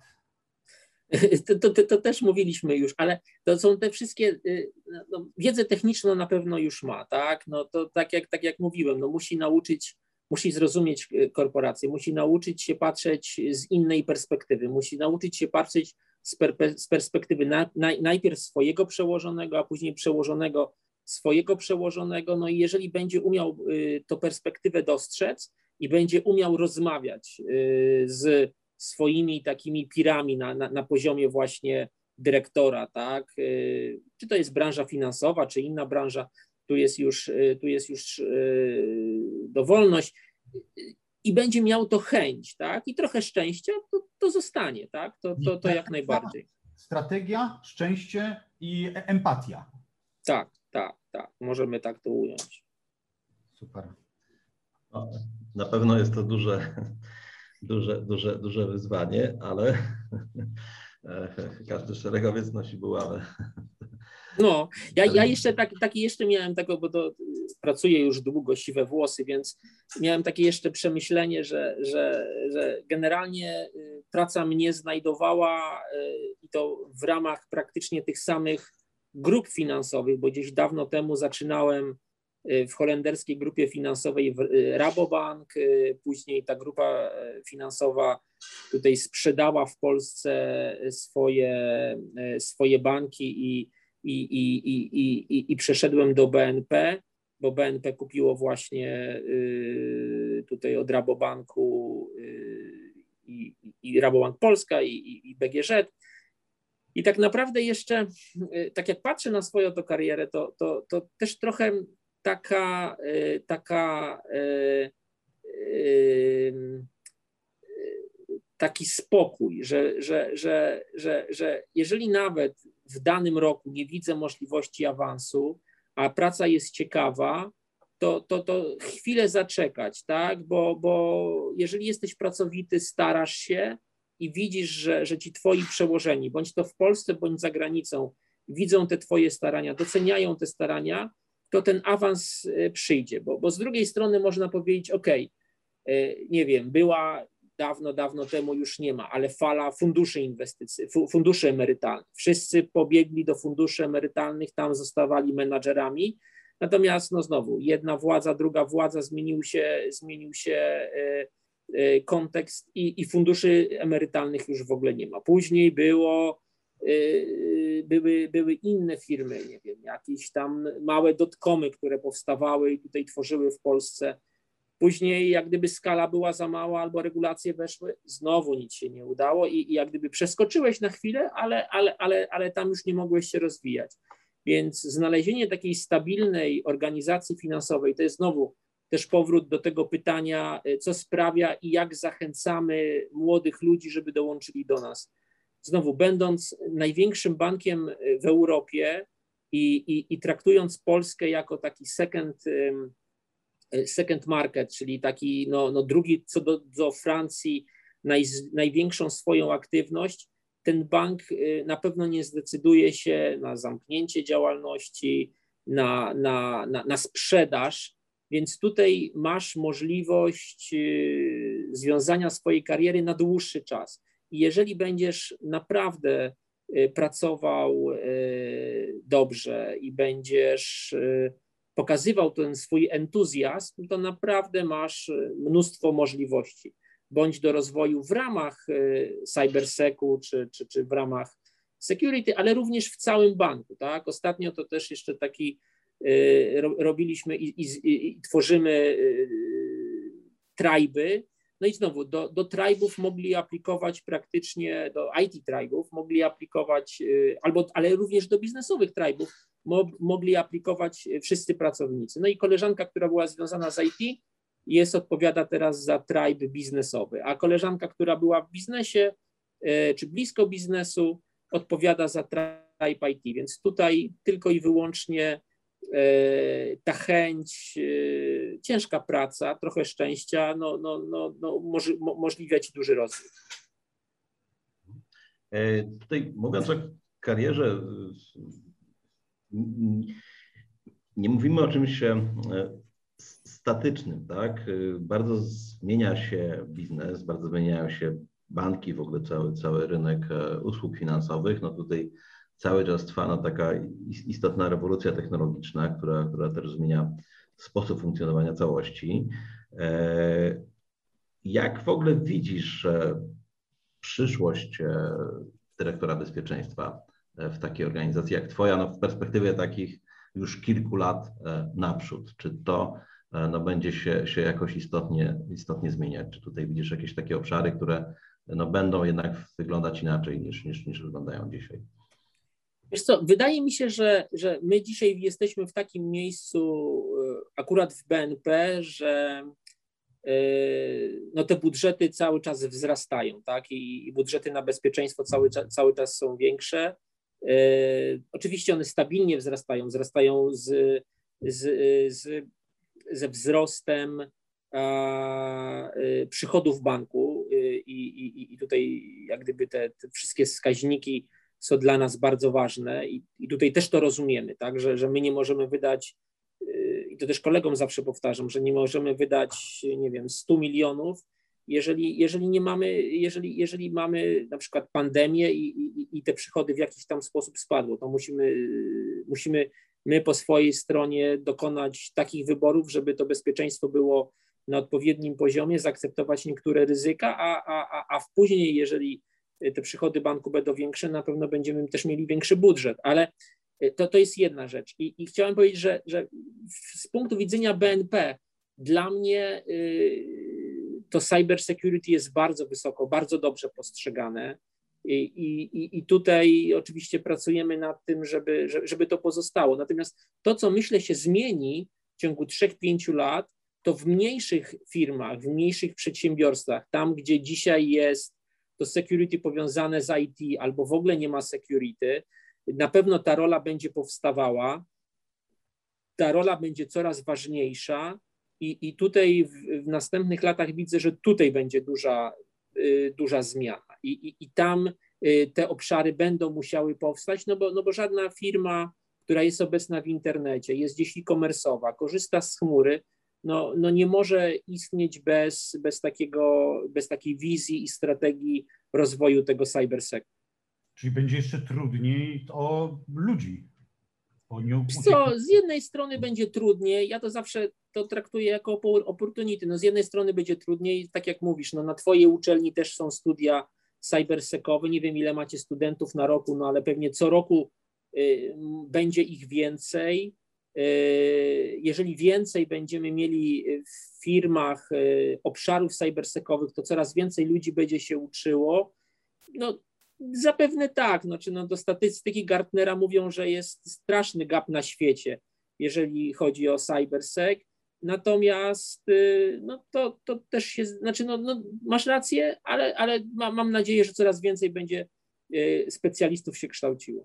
[SPEAKER 2] To też mówiliśmy już, ale to są te wszystkie, wiedzę techniczną na pewno już ma, tak? No to tak jak mówiłem, musi zrozumieć korporację, musi nauczyć się patrzeć z innej perspektywy, musi nauczyć się patrzeć z perspektywy najpierw swojego przełożonego, a później przełożonego swojego przełożonego, no i jeżeli będzie umiał tę perspektywę dostrzec i będzie umiał rozmawiać z swoimi takimi pirami na poziomie właśnie dyrektora, tak? Czy to jest branża finansowa, czy inna branża, tu jest już dowolność i będzie miał to chęć, tak? I trochę szczęścia, to zostanie, tak? To jak najbardziej.
[SPEAKER 3] Strategia, szczęście i empatia.
[SPEAKER 2] Tak. Możemy tak to ująć.
[SPEAKER 3] Super.
[SPEAKER 1] No, na pewno jest to duże wyzwanie, ale każdy szeregowiec nosi buławę.
[SPEAKER 2] No, ja jeszcze taki jeszcze miałem bo to pracuję już długo, siwe włosy, więc miałem takie jeszcze przemyślenie, że generalnie praca mnie znajdowała i to w ramach praktycznie tych samych grup finansowych, bo gdzieś dawno temu zaczynałem w holenderskiej grupie finansowej Rabobank, później ta grupa finansowa tutaj sprzedała w Polsce swoje banki i przeszedłem do BNP, bo BNP kupiło właśnie tutaj od Rabobanku i Rabobank Polska i BGŻ. I tak naprawdę jeszcze, tak jak patrzę na swoją to karierę, to też trochę taki spokój, że jeżeli nawet w danym roku nie widzę możliwości awansu, a praca jest ciekawa, to chwilę zaczekać, tak? Bo jeżeli jesteś pracowity, starasz się i widzisz, że ci twoi przełożeni, bądź to w Polsce, bądź za granicą, widzą te twoje starania, doceniają te starania, to ten awans przyjdzie, bo z drugiej strony można powiedzieć, nie wiem, była dawno temu, już nie ma, ale fala funduszy funduszy emerytalnych. Wszyscy pobiegli do funduszy emerytalnych, tam zostawali menadżerami, natomiast no znowu, jedna władza, druga władza, zmienił się kontekst i funduszy emerytalnych już w ogóle nie ma. Później były inne firmy, nie wiem, jakieś tam małe dotcomy, które powstawały i tutaj tworzyły w Polsce. Później jak gdyby skala była za mała albo regulacje weszły, znowu nic się nie udało i jak gdyby przeskoczyłeś na chwilę, ale tam już nie mogłeś się rozwijać. Więc znalezienie takiej stabilnej organizacji finansowej to jest znowu też powrót do tego pytania, co sprawia i jak zachęcamy młodych ludzi, żeby dołączyli do nas. Znowu, będąc największym bankiem w Europie i traktując Polskę jako taki second market, czyli taki drugi co do Francji, największą swoją aktywność, ten bank na pewno nie zdecyduje się na zamknięcie działalności, na sprzedaż, więc tutaj masz możliwość związania swojej kariery na dłuższy czas. I jeżeli będziesz naprawdę pracował dobrze i będziesz pokazywał ten swój entuzjazm, to naprawdę masz mnóstwo możliwości, bądź do rozwoju w ramach cybersecu, czy w ramach security, ale również w całym banku. Tak? Ostatnio to też jeszcze taki robiliśmy i tworzymy tribe'y. No i znowu do tribe'ów mogli aplikować praktycznie, do IT tribe'ów mogli aplikować, ale również do biznesowych tribe'ów mogli aplikować wszyscy pracownicy. No i koleżanka, która była związana z IT, odpowiada teraz za tribe biznesowy, a koleżanka, która była w biznesie czy blisko biznesu, odpowiada za tribe IT, więc tutaj tylko i wyłącznie ta chęć, ciężka praca, trochę szczęścia, umożliwia ci duży rozwój.
[SPEAKER 1] Tutaj mówiąc o karierze, nie mówimy o czymś statycznym, tak? Bardzo zmienia się biznes, bardzo zmieniają się banki, w ogóle cały rynek usług finansowych. No tutaj cały czas trwa taka istotna rewolucja technologiczna, która też zmienia sposób funkcjonowania całości. Jak w ogóle widzisz przyszłość dyrektora bezpieczeństwa w takiej organizacji jak twoja, w perspektywie takich już kilku lat naprzód? Czy to będzie się jakoś istotnie zmieniać? Czy tutaj widzisz jakieś takie obszary, które będą jednak wyglądać inaczej niż wyglądają dzisiaj?
[SPEAKER 2] Wiesz co, wydaje mi się, że my dzisiaj jesteśmy w takim miejscu, akurat w BNP, że te budżety cały czas wzrastają, tak? I budżety na bezpieczeństwo cały czas są większe. Oczywiście one stabilnie wzrastają ze wzrostem przychodów banku i tutaj jak gdyby te wszystkie wskaźniki są dla nas bardzo ważne i tutaj też to rozumiemy, tak, że my nie możemy wydać, i to też kolegom zawsze powtarzam, że nie możemy wydać, nie wiem, 100 milionów, jeżeli mamy na przykład pandemię i te przychody w jakiś tam sposób spadły, to musimy my po swojej stronie dokonać takich wyborów, żeby to bezpieczeństwo było na odpowiednim poziomie, zaakceptować niektóre ryzyka, a później, jeżeli te przychody banku będą większe, na pewno będziemy też mieli większy budżet, ale to jest jedna rzecz. I chciałem powiedzieć, że z punktu widzenia BNP dla mnie to cyber security jest bardzo wysoko, bardzo dobrze postrzegane i tutaj oczywiście pracujemy nad tym, żeby to pozostało. Natomiast to, co myślę się zmieni w ciągu 3-5 lat, to w mniejszych firmach, w mniejszych przedsiębiorstwach, tam gdzie dzisiaj jest to security powiązane z IT albo w ogóle nie ma security, na pewno ta rola będzie powstawała, ta rola będzie coraz ważniejsza i tutaj w następnych latach widzę, że tutaj będzie duża zmiana i tam te obszary będą musiały powstać, no bo żadna firma, która jest obecna w internecie, jest gdzieś e-commerce'owa, korzysta z chmury, no nie może istnieć bez takiej wizji i strategii rozwoju tego cybersecu.
[SPEAKER 3] Czyli będzie jeszcze trudniej o ludzi.
[SPEAKER 2] Z jednej strony będzie trudniej, ja to zawsze traktuję jako opportunity. No z jednej strony będzie trudniej, tak jak mówisz, na twojej uczelni też są studia cybersecowe, nie wiem ile macie studentów na roku, ale pewnie co roku będzie ich więcej. Jeżeli więcej będziemy mieli w firmach obszarów cybersecowych, to coraz więcej ludzi będzie się uczyło. Zapewne tak. Do statystyki Gartnera mówią, że jest straszny gap na świecie, jeżeli chodzi o cybersec. Natomiast to też się, masz rację, ale mam nadzieję, że coraz więcej będzie specjalistów się kształciło.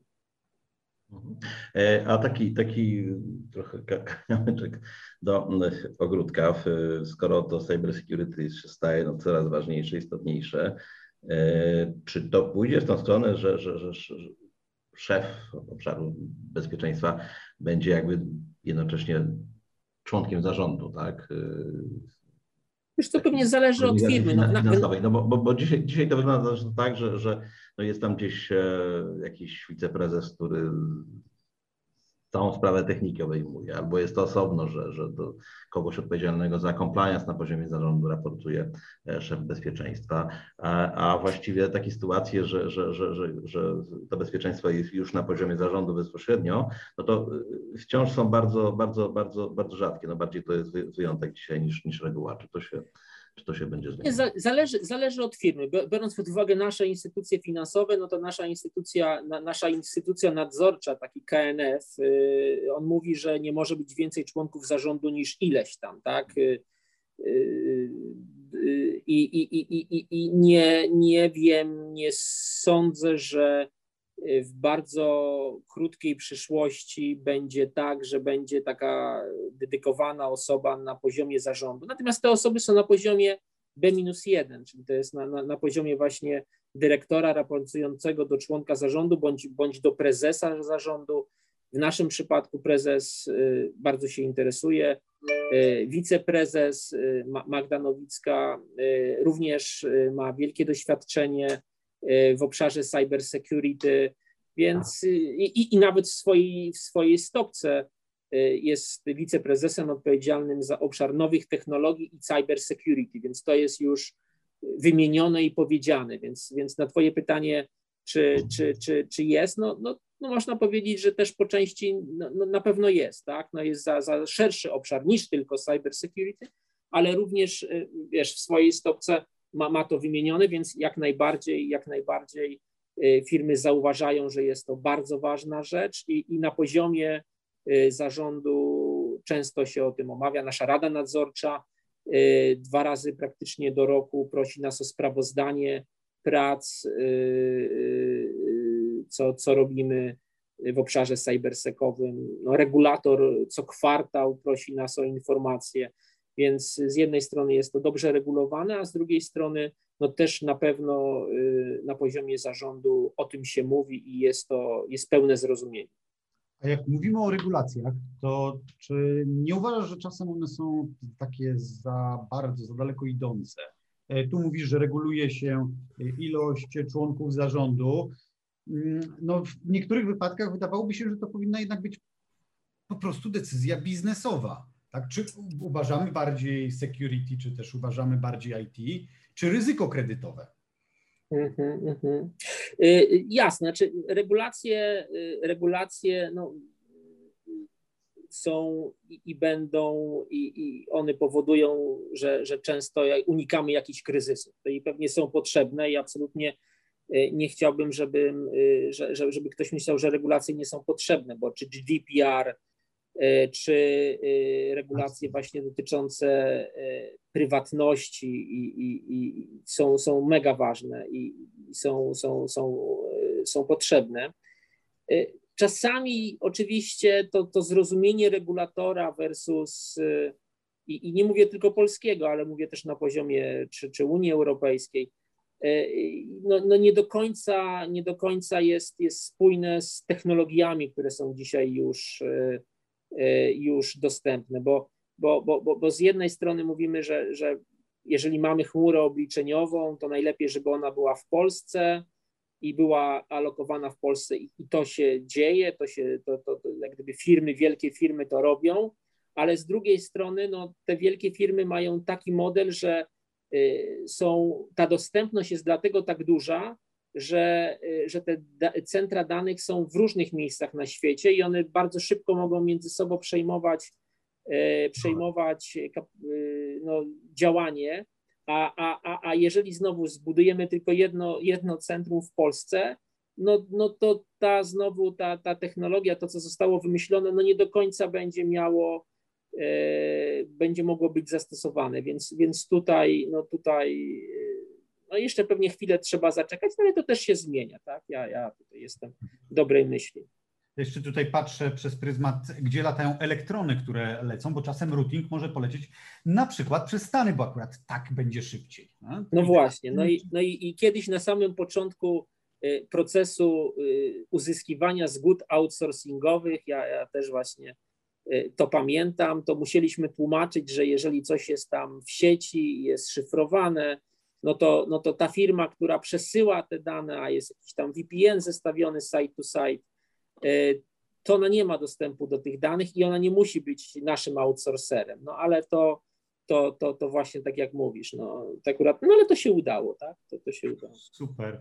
[SPEAKER 1] A taki trochę kamyczek do ogródka, skoro to cybersecurity się staje coraz ważniejsze, istotniejsze, czy to pójdzie w tą stronę, że szef obszaru bezpieczeństwa będzie jakby jednocześnie członkiem zarządu, tak?
[SPEAKER 2] Wiesz, to pewnie zależy od firmy.
[SPEAKER 1] Finansowej. Bo dzisiaj to wygląda tak, że jest tam gdzieś jakiś wiceprezes, który całą sprawę techniki obejmuje, albo jest to osobno, że do kogoś odpowiedzialnego za compliance na poziomie zarządu raportuje szef bezpieczeństwa, a właściwie takie sytuacje, że to bezpieczeństwo jest już na poziomie zarządu bezpośrednio, no to wciąż są bardzo rzadkie. No bardziej to jest wyjątek dzisiaj niż reguła. Czy to się będzie zmieniać?
[SPEAKER 2] Zależy od firmy. Biorąc pod uwagę nasze instytucje finansowe, no to nasza instytucja nadzorcza, taki KNF, on mówi, że nie może być więcej członków zarządu niż ileś tam, tak? I nie wiem, nie sądzę, że w bardzo krótkiej przyszłości będzie tak, że będzie taka dedykowana osoba na poziomie zarządu. Natomiast te osoby są na poziomie B-1, czyli to jest na poziomie właśnie dyrektora raportującego do członka zarządu bądź do prezesa zarządu. W naszym przypadku prezes bardzo się interesuje. Wiceprezes Magda Nowicka również ma wielkie doświadczenie w obszarze cyber security, więc i nawet w swojej stopce jest wiceprezesem odpowiedzialnym za obszar nowych technologii i cyber security, więc to jest już wymienione i powiedziane, więc na twoje pytanie, czy jest, no można powiedzieć, że też po części na pewno jest, tak? No jest za szerszy obszar niż tylko cyber security, ale również, wiesz, w swojej stopce ma to wymienione, więc jak najbardziej firmy zauważają, że jest to bardzo ważna rzecz i na poziomie zarządu często się o tym omawia. Nasza Rada Nadzorcza 2 razy praktycznie do roku prosi nas o sprawozdanie prac, co robimy w obszarze cybersekowym. No, regulator co kwartał prosi nas o informacje, więc z jednej strony jest to dobrze regulowane, a z drugiej strony no też na pewno na poziomie zarządu o tym się mówi i jest pełne zrozumienie.
[SPEAKER 3] A jak mówimy o regulacjach, to czy nie uważasz, że czasem one są takie za daleko idące? Tu mówisz, że reguluje się ilość członków zarządu. No, w niektórych wypadkach wydawałoby się, że to powinna jednak być po prostu decyzja biznesowa. Tak? Czy uważamy bardziej security, czy też uważamy bardziej IT, czy ryzyko kredytowe?
[SPEAKER 2] Jasne, znaczy regulacje no, są i będą i one powodują, że często unikamy jakichś kryzysów. To i pewnie są potrzebne i absolutnie nie chciałbym, żeby ktoś myślał, że regulacje nie są potrzebne, bo czy GDPR, czy regulacje właśnie dotyczące prywatności i są mega ważne i są potrzebne. Czasami oczywiście to zrozumienie regulatora versus, i nie mówię tylko polskiego, ale mówię też na poziomie czy Unii Europejskiej, no nie do końca jest spójne z technologiami, które są dzisiaj już dostępne, bo z jednej strony mówimy, że jeżeli mamy chmurę obliczeniową, to najlepiej, żeby ona była w Polsce i była alokowana w Polsce i to się dzieje, to jak gdyby wielkie firmy to robią, ale z drugiej strony no, te wielkie firmy mają taki model, że ta dostępność jest dlatego tak duża, że te centra danych są w różnych miejscach na świecie i one bardzo szybko mogą między sobą przejmować no, działanie, a jeżeli znowu zbudujemy tylko jedno centrum w Polsce, no to ta technologia, to co zostało wymyślone, no nie do końca będzie mogło być zastosowane, więc tutaj jeszcze pewnie chwilę trzeba zaczekać, no ale to też się zmienia, tak? Ja tutaj jestem dobrej myśli.
[SPEAKER 3] Jeszcze tutaj patrzę przez pryzmat, gdzie latają elektrony, które lecą, bo czasem routing może polecieć na przykład przez Stany, bo akurat tak będzie szybciej.
[SPEAKER 2] No właśnie, no i kiedyś na samym początku procesu uzyskiwania zgód outsourcingowych, ja też właśnie to pamiętam, to musieliśmy tłumaczyć, że jeżeli coś jest tam w sieci i jest szyfrowane, no to ta firma, która przesyła te dane, a jest jakiś tam VPN zestawiony site to site, to ona nie ma dostępu do tych danych i ona nie musi być naszym outsourcerem, no ale to właśnie tak jak mówisz, no to akurat, no ale to się udało, tak? To się udało.
[SPEAKER 3] Super.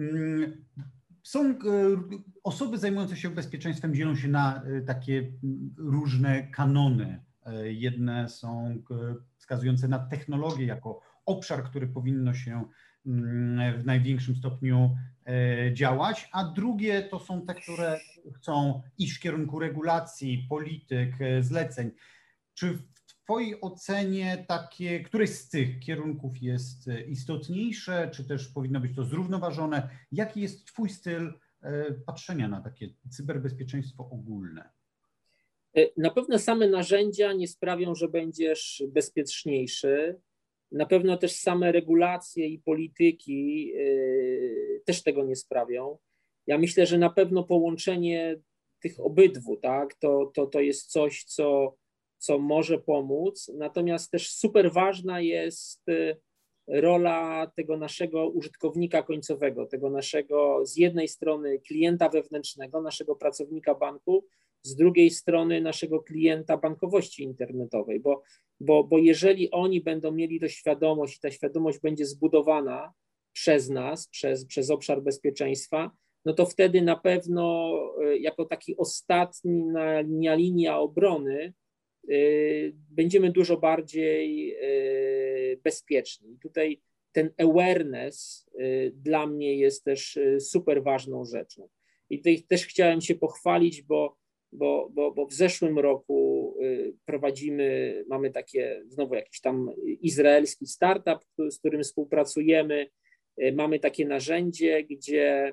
[SPEAKER 3] Są osoby zajmujące się bezpieczeństwem, dzielą się na takie różne kanony. Jedne są wskazujące na technologię jako obszar, który powinno się w największym stopniu działać, a drugie to są te, które chcą iść w kierunku regulacji, polityk, zleceń. Czy w Twojej ocenie któreś z tych kierunków jest istotniejsze, czy też powinno być to zrównoważone? Jaki jest Twój styl patrzenia na takie cyberbezpieczeństwo ogólne?
[SPEAKER 2] Na pewno same narzędzia nie sprawią, że będziesz bezpieczniejszy. Na pewno też same regulacje i polityki też tego nie sprawią. Ja myślę, że na pewno połączenie tych obydwu, tak, to jest coś, co może pomóc. Natomiast też super ważna jest rola tego naszego użytkownika końcowego, tego naszego z jednej strony klienta wewnętrznego, naszego pracownika banku, z drugiej strony naszego klienta bankowości internetowej, bo jeżeli oni będą mieli tę świadomość i ta świadomość będzie zbudowana przez nas, przez obszar bezpieczeństwa, no to wtedy na pewno jako taki ostatnia linia obrony będziemy dużo bardziej bezpieczni. I tutaj ten awareness dla mnie jest też super ważną rzeczą. I tutaj też chciałem się pochwalić, bo w zeszłym roku mamy takie, znowu jakiś tam izraelski startup, z którym współpracujemy. Mamy takie narzędzie, gdzie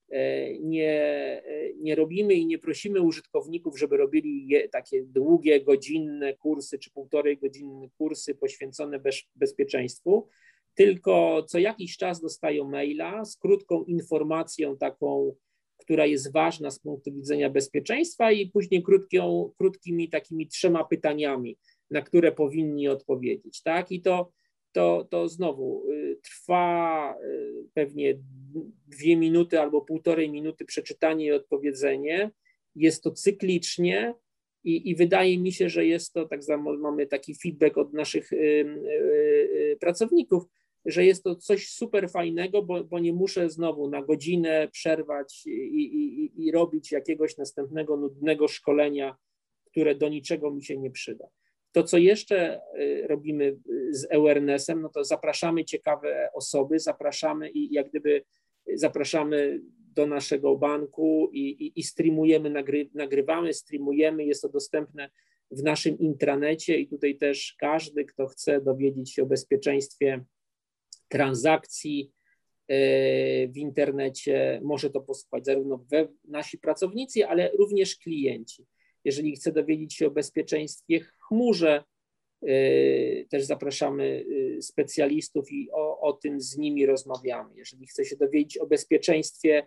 [SPEAKER 2] nie robimy i nie prosimy użytkowników, żeby robili takie długie, godzinne kursy czy 1,5-godzinne kursy poświęcone bezpieczeństwu, tylko co jakiś czas dostają maila z krótką informacją taką, która jest ważna z punktu widzenia bezpieczeństwa i później krótkimi takimi 3 pytaniami, na które powinni odpowiedzieć, tak? I to znowu trwa pewnie 2 minuty albo 1,5 minuty przeczytanie i odpowiedzenie. Jest to cyklicznie i wydaje mi się, że jest to, tak samo mamy taki feedback od naszych pracowników, że jest to coś super fajnego, bo nie muszę znowu na godzinę przerwać i robić jakiegoś następnego nudnego szkolenia, które do niczego mi się nie przyda. To, co jeszcze robimy z awarenessem, no to zapraszamy ciekawe osoby, zapraszamy do naszego banku i streamujemy, nagrywamy, streamujemy, jest to dostępne w naszym intranecie i tutaj też każdy, kto chce dowiedzieć się o bezpieczeństwie transakcji w internecie, może to posłuchać zarówno nasi pracownicy, ale również klienci. Jeżeli chce dowiedzieć się o bezpieczeństwie w chmurze, też zapraszamy specjalistów i o tym z nimi rozmawiamy. Jeżeli chce się dowiedzieć o bezpieczeństwie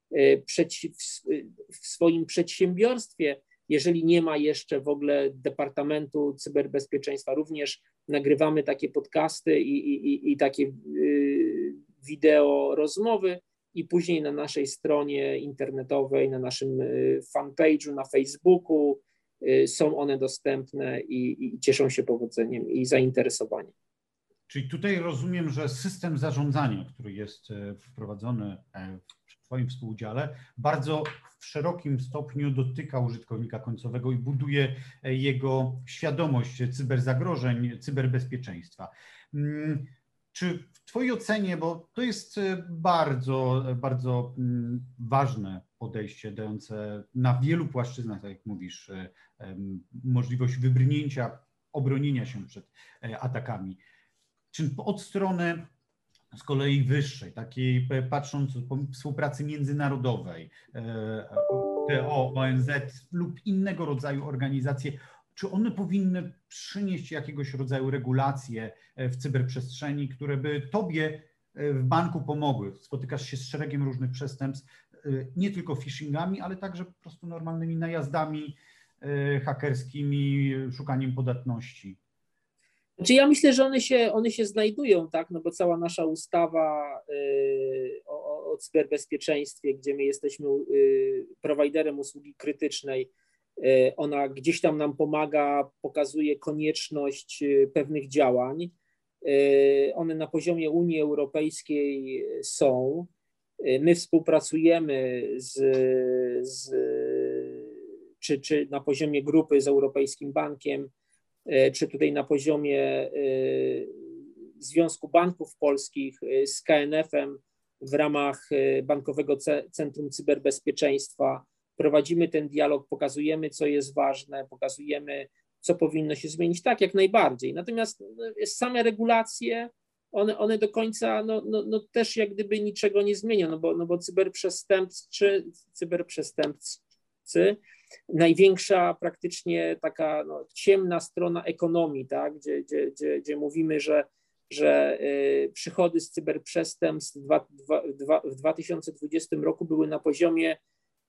[SPEAKER 2] w swoim przedsiębiorstwie, jeżeli nie ma jeszcze w ogóle Departamentu Cyberbezpieczeństwa, również nagrywamy takie podcasty i takie wideo rozmowy i później na naszej stronie internetowej, na naszym fanpage'u, na Facebooku są one dostępne i cieszą się powodzeniem i zainteresowaniem.
[SPEAKER 3] Czyli tutaj rozumiem, że system zarządzania, który jest wprowadzony w Twoim współudziale, bardzo w szerokim stopniu dotyka użytkownika końcowego i buduje jego świadomość cyberzagrożeń, cyberbezpieczeństwa. Czy w Twojej ocenie, bo to jest bardzo, bardzo ważne podejście, dające na wielu płaszczyznach, tak jak mówisz, możliwość wybrnięcia, obronienia się przed atakami. Czy od strony z kolei wyższej, takiej patrząc po współpracy międzynarodowej, TO, ONZ lub innego rodzaju organizacje, czy one powinny przynieść jakiegoś rodzaju regulacje w cyberprzestrzeni, które by Tobie w banku pomogły? Spotykasz się z szeregiem różnych przestępstw, nie tylko phishingami, ale także po prostu normalnymi najazdami hakerskimi, szukaniem podatności.
[SPEAKER 2] Znaczy ja myślę, że one się znajdują, tak, no bo cała nasza ustawa o cyberbezpieczeństwie, gdzie my jesteśmy prowajderem usługi krytycznej. Ona gdzieś tam nam pomaga, pokazuje konieczność pewnych działań. One na poziomie Unii Europejskiej są. My współpracujemy czy na poziomie grupy z Europejskim Bankiem, czy tutaj na poziomie Związku Banków Polskich z KNF-em w ramach Bankowego Centrum Cyberbezpieczeństwa. Prowadzimy ten dialog, pokazujemy, co jest ważne, pokazujemy, co powinno się zmienić, tak, jak najbardziej. Natomiast same regulacje, one do końca też jak gdyby niczego nie zmienią, bo cyberprzestępcy, największa praktycznie taka ciemna strona ekonomii, tak, gdzie mówimy, że przychody z cyberprzestępstw w 2020 roku były na poziomie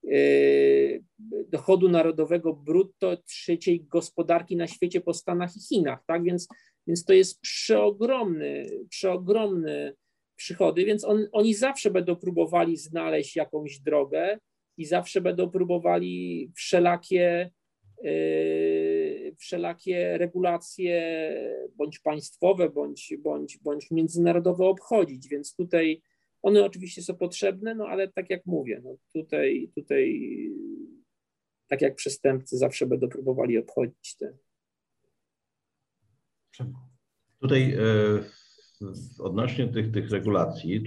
[SPEAKER 2] dochodu narodowego brutto trzeciej gospodarki na świecie po Stanach i Chinach, tak? Więc to jest przeogromne przychody, więc oni zawsze będą próbowali znaleźć jakąś drogę i zawsze będą próbowali wszelakie regulacje bądź państwowe, bądź międzynarodowe obchodzić, więc tutaj one oczywiście są potrzebne, ale tak jak mówię, tutaj tak jak przestępcy zawsze będą próbowali obchodzić te.
[SPEAKER 1] Tutaj odnośnie tych regulacji,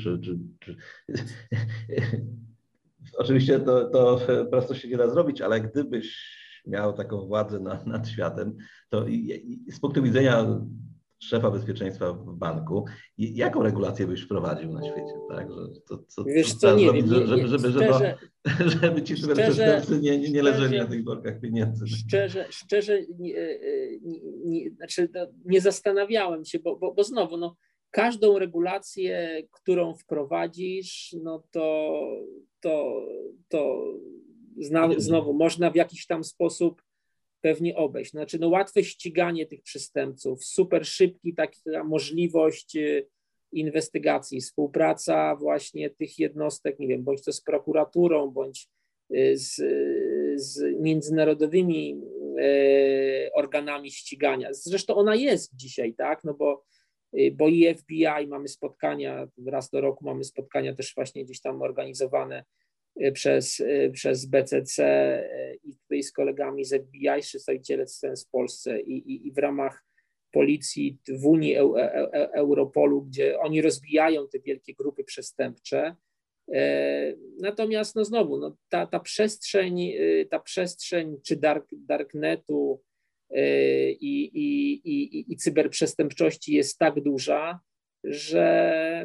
[SPEAKER 1] oczywiście to prosto się nie da zrobić, ale gdybyś miał taką władzę nad światem, to z punktu widzenia szefa bezpieczeństwa w banku, jaką regulację byś wprowadził na świecie, tak?
[SPEAKER 2] Wiesz co, nie wiem,
[SPEAKER 1] żeby ci przestępcy nie leżeli na tych workach pieniędzy.
[SPEAKER 2] Szczerze nie zastanawiałem się, bo znowu, każdą regulację, którą wprowadzisz, to znowu można w jakiś tam sposób pewnie obejść. Znaczy, łatwe ściganie tych przestępców, super szybki taka możliwość inwestygacji, współpraca właśnie tych jednostek, nie wiem, bądź to z prokuraturą, bądź z międzynarodowymi organami ścigania. Zresztą ona jest dzisiaj, tak, bo i FBI, mamy spotkania, raz do roku mamy spotkania też właśnie gdzieś tam organizowane przez BCC i tutaj z kolegami z FBI, przedstawicielstwem z Polsce i w ramach policji w Unii Europolu, gdzie oni rozbijają te wielkie grupy przestępcze. Natomiast znowu, ta przestrzeń czy darknetu i cyberprzestępczości jest tak duża, że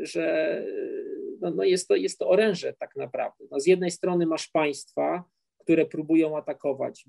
[SPEAKER 2] jest to oręże tak naprawdę. Z jednej strony masz państwa, które próbują atakować,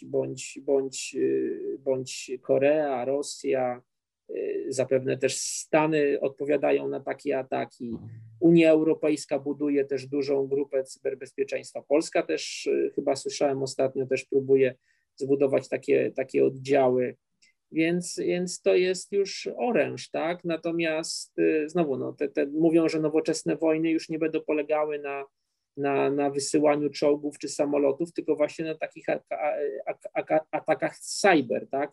[SPEAKER 2] bądź Korea, Rosja, zapewne też Stany odpowiadają na takie ataki. Unia Europejska buduje też dużą grupę cyberbezpieczeństwa. Polska też, chyba słyszałem ostatnio, też próbuje zbudować takie oddziały. Więc to jest już oręż, tak? Natomiast znowu, mówią, że nowoczesne wojny już nie będą polegały na wysyłaniu czołgów czy samolotów, tylko właśnie na takich atakach cyber, tak?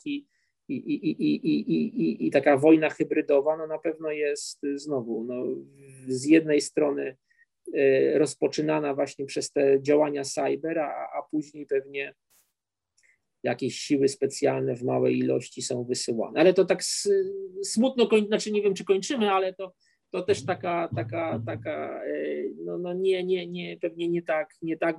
[SPEAKER 2] I taka wojna hybrydowa, na pewno jest znowu, z jednej strony rozpoczynana właśnie przez te działania cyber, a później pewnie jakieś siły specjalne w małej ilości są wysyłane. Ale to tak smutno, znaczy nie wiem, czy kończymy, ale to też taka nie, pewnie nie tak,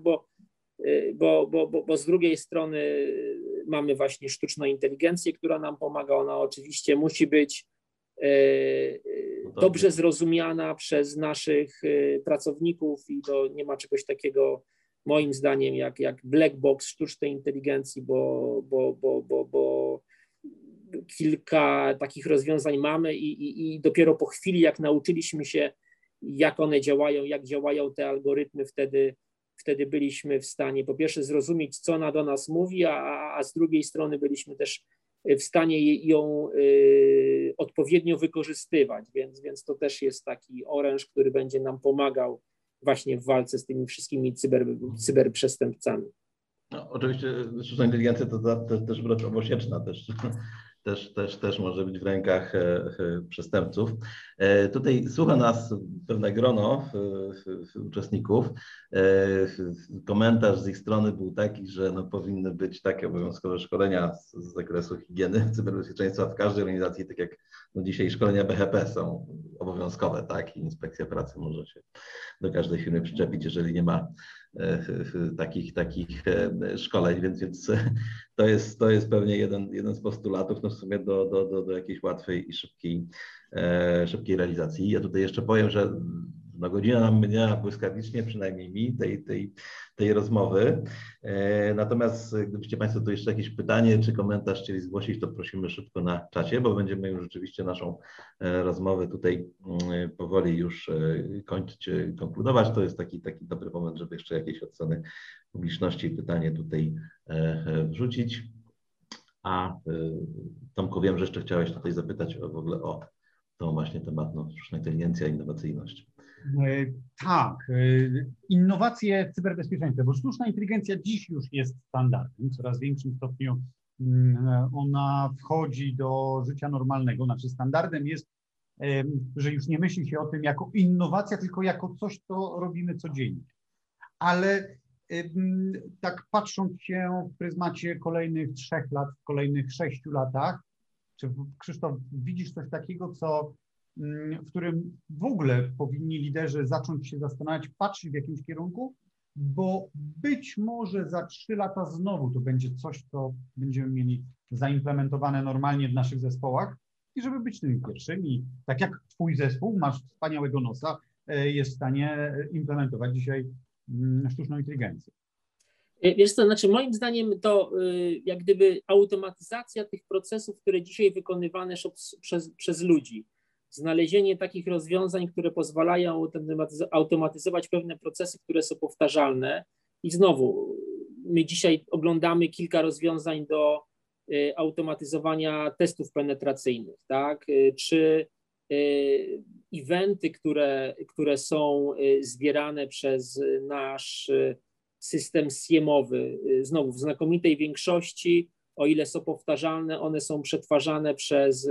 [SPEAKER 2] bo z drugiej strony mamy właśnie sztuczną inteligencję, która nam pomaga. Ona oczywiście musi być dobrze zrozumiana przez naszych pracowników i to nie ma czegoś takiego, moim zdaniem, jak black box sztucznej inteligencji, bo kilka takich rozwiązań mamy i dopiero po chwili, jak nauczyliśmy się, jak one działają, jak działają te algorytmy, wtedy byliśmy w stanie po pierwsze zrozumieć, co ona do nas mówi, a z drugiej strony byliśmy też w stanie ją odpowiednio wykorzystywać, więc to też jest taki oręż, który będzie nam pomagał właśnie w walce z tymi wszystkimi cyberprzestępcami.
[SPEAKER 1] No, oczywiście sztuczna inteligencja to też wręcz obosieczna, też może być w rękach przestępców. Tutaj słucha nas pewne grono uczestników. Komentarz z ich strony był taki, że no, powinny być takie obowiązkowe szkolenia z zakresu higieny, cyberbezpieczeństwa w każdej organizacji, tak jak no, dzisiaj szkolenia BHP są obowiązkowe, tak? I inspekcja pracy może się do każdej firmy przyczepić, jeżeli nie ma takich szkoleń, więc to jest pewnie jeden z postulatów no w sumie do jakiejś łatwej i szybkiej realizacji. Ja tutaj jeszcze powiem, że no godzina nam minęła błyskawicznie, przynajmniej mi, tej rozmowy. Natomiast gdybyście Państwo tu jeszcze jakieś pytanie czy komentarz chcieli zgłosić, to prosimy szybko na czacie, bo będziemy już rzeczywiście naszą rozmowę tutaj powoli już kończyć, konkludować. To jest taki dobry moment, żeby jeszcze jakieś od strony publiczności pytanie tutaj wrzucić. A Tomku, wiem, że jeszcze chciałeś tutaj zapytać w ogóle o tą właśnie temat sztuczna inteligencja, innowacyjność.
[SPEAKER 3] Tak, innowacje w cyberbezpieczeństwie, bo sztuczna inteligencja dziś już jest standardem, w coraz większym stopniu ona wchodzi do życia normalnego, znaczy standardem jest, że już nie myśli się o tym jako innowacja, tylko jako coś, co robimy codziennie. Ale tak patrząc się w pryzmacie kolejnych 3 lat, w kolejnych 6 latach, czy Krzysztof, widzisz coś takiego, w którym w ogóle powinni liderzy zacząć się zastanawiać, patrzeć w jakimś kierunku, bo być może za 3 lata znowu to będzie coś, co będziemy mieli zaimplementowane normalnie w naszych zespołach i żeby być tymi pierwszymi, tak jak twój zespół, masz wspaniałego nosa, jest w stanie implementować dzisiaj sztuczną inteligencję.
[SPEAKER 2] Wiesz co, znaczy moim zdaniem to jak gdyby automatyzacja tych procesów, które dzisiaj wykonywane są przez ludzi, znalezienie takich rozwiązań, które pozwalają automatyzować pewne procesy, które są powtarzalne. I znowu, my dzisiaj oglądamy kilka rozwiązań do automatyzowania testów penetracyjnych, tak? Czy eventy, które są zbierane przez nasz system SIEM-owy, znowu w znakomitej większości, o ile są powtarzalne, one są przetwarzane przez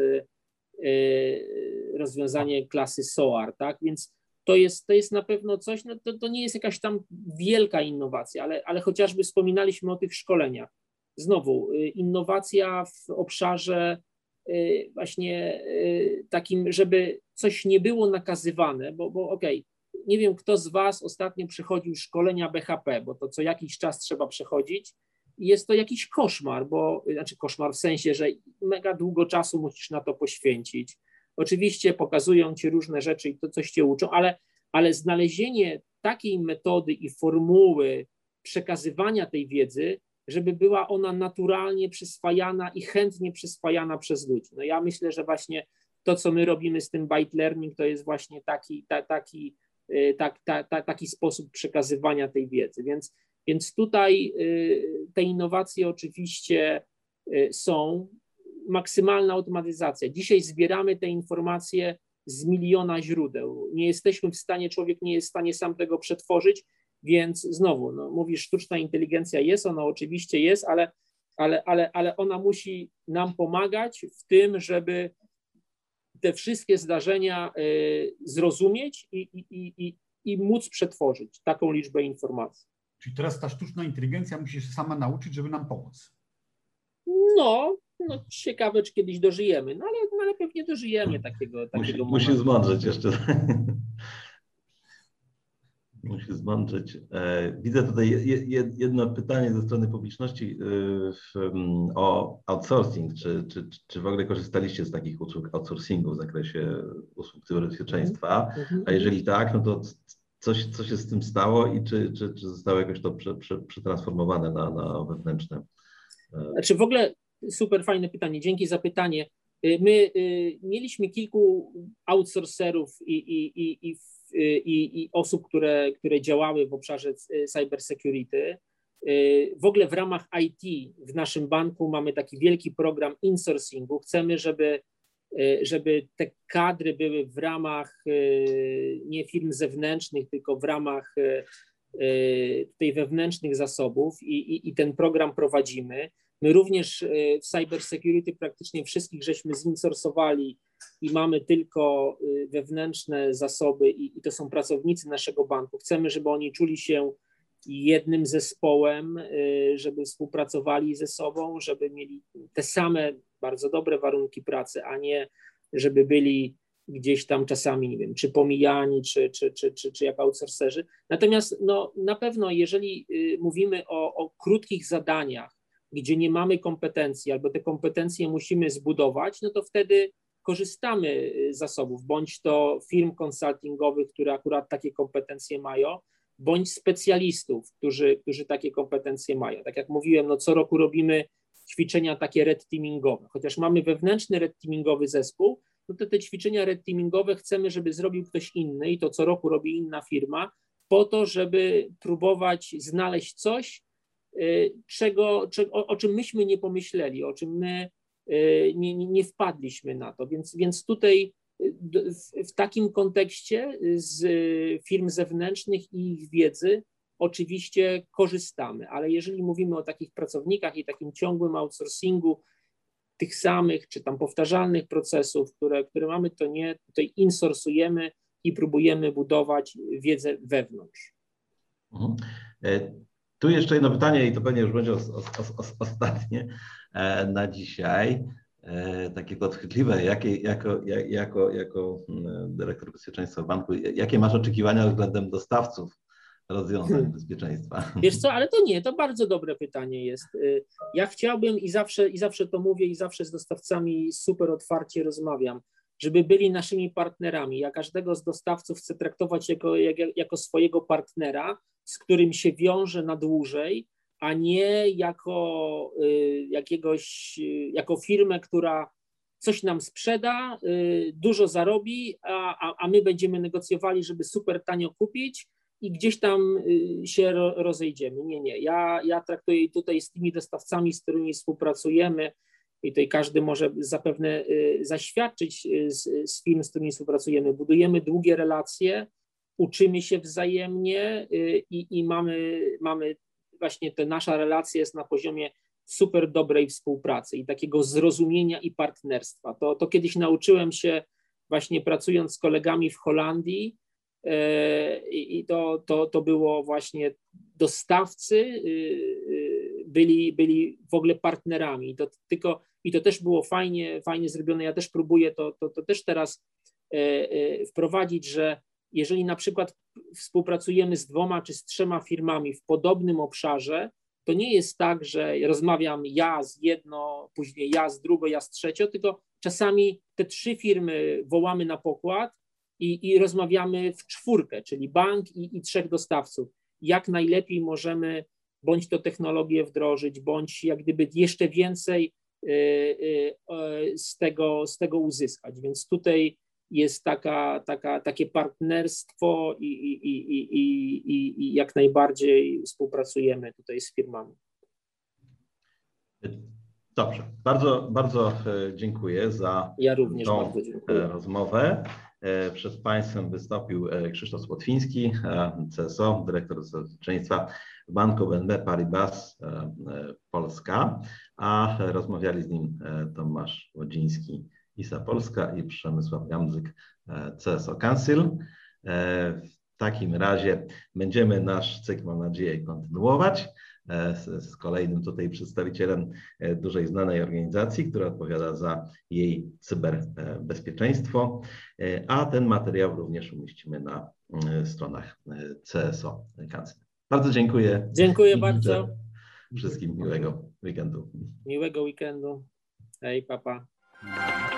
[SPEAKER 2] rozwiązanie klasy SOAR, tak? Więc to jest na pewno coś, no to nie jest jakaś tam wielka innowacja, ale chociażby wspominaliśmy o tych szkoleniach. Znowu, innowacja w obszarze właśnie takim, żeby coś nie było nakazywane, bo okej, nie wiem, kto z Was ostatnio przechodził szkolenia BHP, bo to co jakiś czas trzeba przechodzić. Jest to jakiś koszmar, znaczy koszmar w sensie, że mega długo czasu musisz na to poświęcić. Oczywiście pokazują Ci różne rzeczy i to coś Cię uczą, ale znalezienie takiej metody i formuły przekazywania tej wiedzy, żeby była ona naturalnie przyswajana i chętnie przyswajana przez ludzi. No ja myślę, że właśnie to, co my robimy z tym byte learning, to jest właśnie taki sposób przekazywania tej wiedzy. Więc tutaj te innowacje oczywiście są, maksymalna automatyzacja. Dzisiaj zbieramy te informacje z miliona źródeł. Nie jesteśmy w stanie, człowiek nie jest w stanie sam tego przetworzyć, więc znowu, no, mówisz, sztuczna inteligencja jest, ona oczywiście jest, ale ona musi nam pomagać w tym, żeby te wszystkie zdarzenia zrozumieć i móc przetworzyć taką liczbę informacji.
[SPEAKER 3] Czyli teraz ta sztuczna inteligencja musi się sama nauczyć, żeby nam pomóc.
[SPEAKER 2] No ciekawe, czy kiedyś dożyjemy, ale pewnie dożyjemy takiego momentu.
[SPEAKER 1] Musi zmądrzeć jeszcze. Musi zmądrzeć. Widzę tutaj jedno pytanie ze strony publiczności o outsourcing. Czy w ogóle korzystaliście z takich usług outsourcingu w zakresie usług cyberbezpieczeństwa? A jeżeli tak, no to co się z tym stało i czy zostało jakoś to przetransformowane na wewnętrzne?
[SPEAKER 2] Znaczy w ogóle super fajne pytanie, dzięki za pytanie. My mieliśmy kilku outsourcerów i osób, które działały w obszarze cybersecurity. W ogóle w ramach IT w naszym banku mamy taki wielki program insourcingu. Chcemy, żeby żeby te kadry były w ramach nie firm zewnętrznych, tylko w ramach tutaj wewnętrznych zasobów i ten program prowadzimy. My również w cybersecurity praktycznie wszystkich żeśmy zinsourcowali i mamy tylko wewnętrzne zasoby i to są pracownicy naszego banku. Chcemy, żeby oni czuli się jednym zespołem, żeby współpracowali ze sobą, żeby mieli te same bardzo dobre warunki pracy, a nie żeby byli gdzieś tam czasami, nie wiem, czy pomijani, czy jak outsourcerzy. Natomiast no, na pewno, jeżeli mówimy o krótkich zadaniach, gdzie nie mamy kompetencji albo te kompetencje musimy zbudować, no to wtedy korzystamy z zasobów, bądź to firm konsultingowych, które akurat takie kompetencje mają, bądź specjalistów, którzy takie kompetencje mają. Tak jak mówiłem, no co roku robimy ćwiczenia takie red teamingowe. Chociaż mamy wewnętrzny red teamingowy zespół, no to te ćwiczenia red teamingowe chcemy, żeby zrobił ktoś inny i to co roku robi inna firma, po to, żeby próbować znaleźć coś, o czym myśmy nie pomyśleli, o czym my nie wpadliśmy na to. Więc tutaj w takim kontekście z firm zewnętrznych i ich wiedzy oczywiście korzystamy, ale jeżeli mówimy o takich pracownikach i takim ciągłym outsourcingu tych samych czy tam powtarzalnych procesów, które mamy, to nie, tutaj insourcujemy i próbujemy budować wiedzę wewnątrz.
[SPEAKER 1] Mhm. Tu jeszcze jedno pytanie i to pewnie już będzie ostatnie na dzisiaj. Takie podchwytliwe, jako dyrektor bezpieczeństwa banku, jakie masz oczekiwania względem dostawców rozwiązań bezpieczeństwa?
[SPEAKER 2] Wiesz co, ale to bardzo dobre pytanie jest. Ja chciałbym i zawsze to mówię i zawsze z dostawcami super otwarcie rozmawiam, żeby byli naszymi partnerami. Ja każdego z dostawców chcę traktować jako swojego partnera, z którym się wiąże na dłużej, a nie jako firmę, która coś nam sprzeda, dużo zarobi, a my będziemy negocjowali, żeby super tanio kupić i gdzieś tam się rozejdziemy. Nie. Ja traktuję tutaj z tymi dostawcami, z którymi współpracujemy, i tutaj każdy może zapewne zaświadczyć z firm, z którymi współpracujemy. Budujemy długie relacje, uczymy się wzajemnie i mamy właśnie nasza relacja jest na poziomie super dobrej współpracy i takiego zrozumienia i partnerstwa. To kiedyś nauczyłem się właśnie pracując z kolegami w Holandii i to było właśnie dostawcy byli w ogóle partnerami. I to też było fajnie zrobione. Ja też próbuję to też teraz wprowadzić, że jeżeli na przykład współpracujemy z 2 czy z 3 firmami w podobnym obszarze, to nie jest tak, że rozmawiam ja z jedną, później ja z drugą, ja z trzecią, tylko czasami te 3 firmy wołamy na pokład i rozmawiamy w 4, czyli bank i 3 dostawców. Jak najlepiej możemy bądź to technologię wdrożyć, bądź jak gdyby jeszcze więcej z tego uzyskać. Więc tutaj jest takie partnerstwo i jak najbardziej współpracujemy tutaj z firmami.
[SPEAKER 1] Dobrze, bardzo dziękuję za tą rozmowę. Przed Państwem wystąpił Krzysztof Łotwiński, CSO, dyrektor bezpieczeństwa Banku BNP Paribas Polska, a rozmawiali z nim Tomasz Łodziński, ISA Polska i Przemysław Gamzyk, CSO Council. W takim razie będziemy nasz cykl, mam nadzieję, kontynuować z kolejnym tutaj przedstawicielem dużej znanej organizacji, która odpowiada za jej cyberbezpieczeństwo, a ten materiał również umieścimy na stronach CSO Council. Bardzo dziękuję.
[SPEAKER 2] Dziękuję bardzo.
[SPEAKER 1] Wszystkim miłego weekendu.
[SPEAKER 2] Miłego weekendu. Hej, papa.